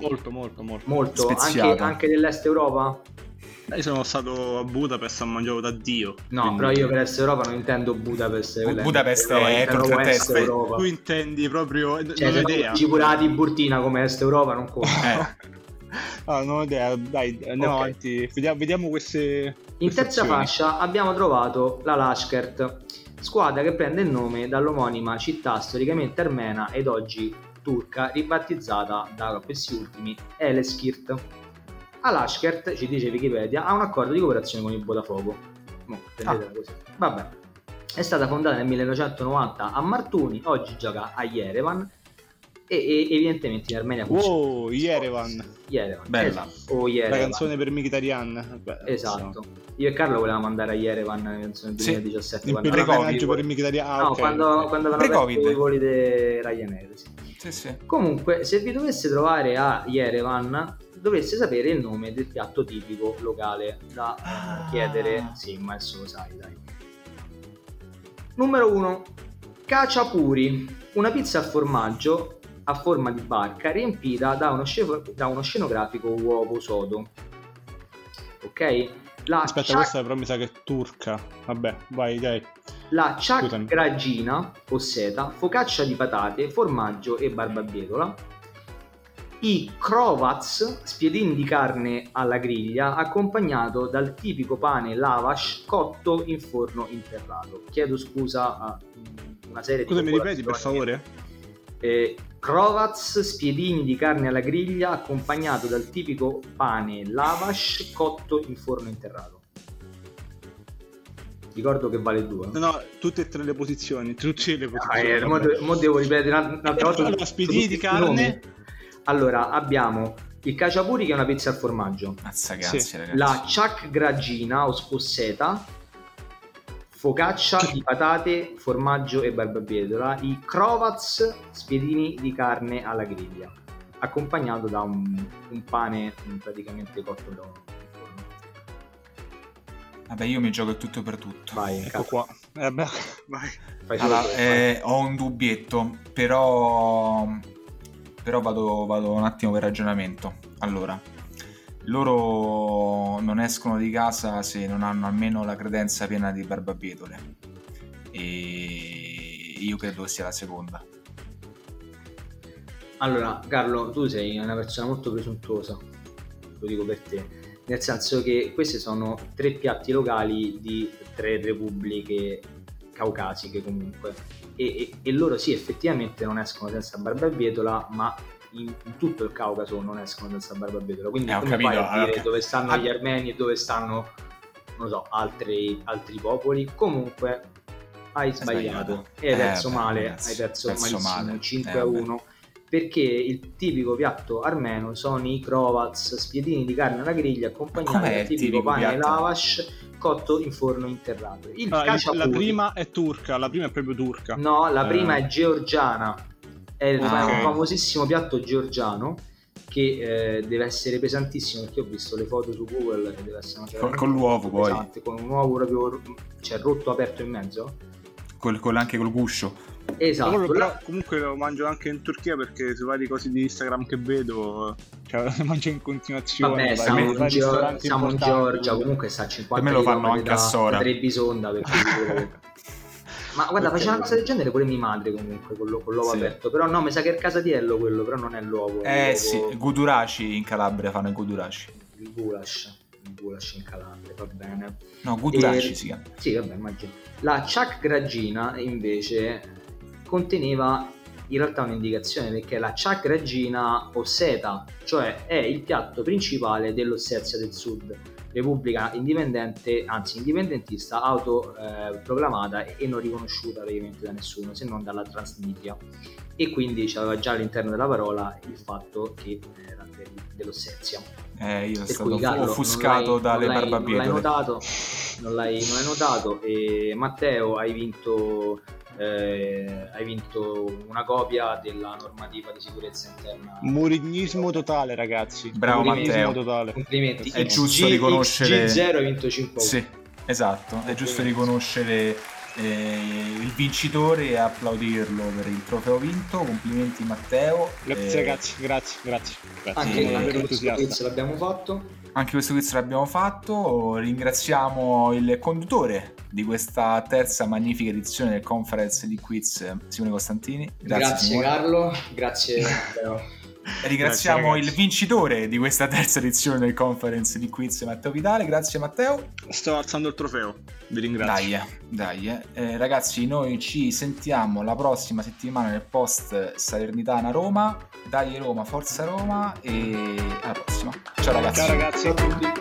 Molto. Anche dell'Est Europa? Io sono stato a Budapest, ho mangiato da Dio. No, quindi... però io per Est Europa non intendo Budapest. Budapest è contro Est Europa. Tu intendi proprio... Cioè, non ho idea. Pure la Tiburtina come Est Europa non conta. Non ho idea, dai, andiamo avanti. Vediamo queste... In terza fascia abbiamo trovato la Lashkert, squadra che prende il nome dall'omonima città storicamente armena ed oggi turca, ribattezzata da questi ultimi Eleskirt. A Lashkert, ci dice Wikipedia, ha un accordo di cooperazione con il Botafogo. Prendetela così. Vabbè. È stata fondata nel 1990 a Martuni, oggi gioca a Yerevan e evidentemente in Armenia. Yerevan. Bella. Yerevan. La canzone per Mkhitaryan. Esatto. Io e Carlo volevamo andare a Yerevan nel 2017 quando per Mkhitaryan. Quando avevano aperto i voli di Ryanair. Sì. Comunque, se vi dovesse trovare a Yerevan, dovreste sapere il nome del piatto tipico locale da chiedere. Sì, ma adesso lo sai, dai. Numero 1. Khachapuri, una pizza al formaggio a forma di barca riempita da uno scenografico uovo sodo. Ok? Questa però mi sa che è turca. Vabbè, vai, dai. La chakragina o seta, focaccia di patate, formaggio e barbabietola. I krovats, spiedini di carne alla griglia, accompagnato dal tipico pane lavash cotto in forno interrato. Chiedo scusa a una serie di... mi ripeti per favore? Krovats, spiedini di carne alla griglia, accompagnato dal tipico pane lavash cotto in forno interrato. Ricordo che vale 2. No, tutte e tre le posizioni. Mo devo ripetere un'altra volta. Allora, spiedini di carne. Allora, abbiamo il khachapuri che è una pizza al formaggio. Ragazzi. La chakragina o sposseta, focaccia di patate, formaggio e barbabietola. I krovats, spiedini di carne alla griglia, accompagnato da un pane praticamente cotto da un forno. Vabbè, io mi gioco il tutto per tutto. Vai, Ecco qua. Vai. Fai Allora, solo tu. ho un dubbietto, però vado un attimo per ragionamento. Allora, loro non escono di casa se non hanno almeno la credenza piena di barbabietole, e io credo che sia la seconda. Allora, Carlo, tu sei una persona molto presuntuosa, lo dico per te, nel senso che questi sono 3 piatti locali di 3 repubbliche caucasiche comunque, e loro sì, effettivamente non escono senza barbabietola, ma in tutto il Caucaso non escono senza barbabietola, quindi Ho come capito, fai a dire allora, dove stanno gli armeni e dove stanno, non lo so, altri popoli? Comunque hai sbagliato e hai perso male, ragazzi, hai perso malissimo, male. 5-1, perché il tipico piatto armeno sono i krovats, spiedini di carne alla griglia accompagnati Com'è dal tipico pane lavash cotto in forno interrato. La prima è turca, la prima è proprio turca. No, la prima è georgiana, è un Ok. famosissimo piatto georgiano che deve essere pesantissimo, perché ho visto le foto su Google e deve essere una cosa Con l'uovo poi. pesante, con un uovo proprio, cioè rotto aperto in mezzo. Anche col guscio. Esatto. Quello però comunque lo mangio anche in Turchia, perché su vari cosi di Instagram che vedo, cioè, lo mangio in continuazione. Vabbè, vari ristoranti siamo in importanti. Georgia, comunque sta a 50 Per me lo fanno chilometri anche a Sora. da Trebisonda, perché ma guarda, faceva una cosa del genere pure mia madre comunque con l'uovo Sì. aperto, però no, mi sa che è il casatiello quello, però non è l'uovo. è l'uovo- Sì, guduraci in Calabria fanno i guduraci. il goulash in Calabria, va bene. No, guduraci si chiama. Sì, vabbè, immagino. La chak gragina invece conteneva in realtà un'indicazione, perché la chak gragina osseta, cioè è il piatto principale dell'Ossetia del Sud, repubblica indipendente, anzi indipendentista, autoproclamata e non riconosciuta praticamente da nessuno se non dalla Transnistria, e quindi c'aveva già all'interno della parola il fatto che era dell'Ossetia. Io sono Per stato cui, Carlo, offuscato dalle barbabietole. non l'hai notato, e Matteo hai vinto una copia della normativa di sicurezza interna. Murignismo totale, ragazzi. Bravo, Murignismo Matteo. totale. Complimenti. È giusto riconoscere G0 hai vinto 5 Sì, esatto, è giusto riconoscere il vincitore e applaudirlo per il trofeo vinto. Complimenti Matteo. Grazie ragazzi, grazie. Anche Sono davvero questo entusiasta. quiz l'abbiamo fatto. Anche questo quiz l'abbiamo fatto. Ringraziamo il conduttore di questa terza magnifica edizione del Conference di Quiz, Simone Costantini. Grazie Simone. Carlo, grazie Matteo. Ringraziamo Grazie, il vincitore di questa terza edizione del Conference di Quiz, Matteo Vitale. Grazie Matteo. Sto alzando il trofeo, vi ringrazio. Dai. Ragazzi, noi ci sentiamo la prossima settimana nel post Salernitana Roma. Dai Roma, forza Roma, e alla prossima. Ciao ragazzi. Ciao ragazzi. Ciao a tutti.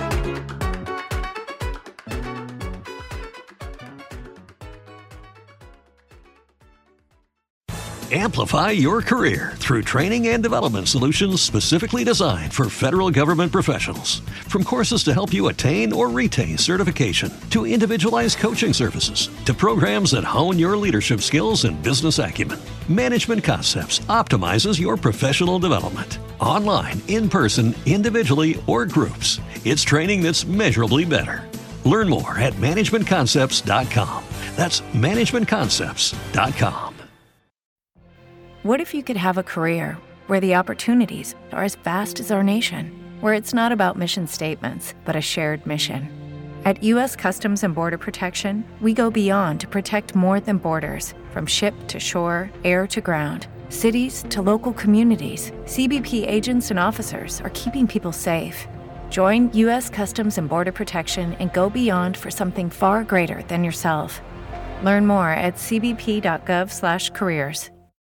Amplify your career through training and development solutions specifically designed for federal government professionals. From courses to help you attain or retain certification, to individualized coaching services, to programs that hone your leadership skills and business acumen, Management Concepts optimizes your professional development. Online, in person, individually, or groups, it's training that's measurably better. Learn more at managementconcepts.com. That's managementconcepts.com. What if you could have a career where the opportunities are as vast as our nation, where it's not about mission statements, but a shared mission? At U.S. Customs and Border Protection, we go beyond to protect more than borders. From ship to shore, air to ground, cities to local communities, CBP agents and officers are keeping people safe. Join U.S. Customs and Border Protection and go beyond for something far greater than yourself. Learn more at cbp.gov/careers.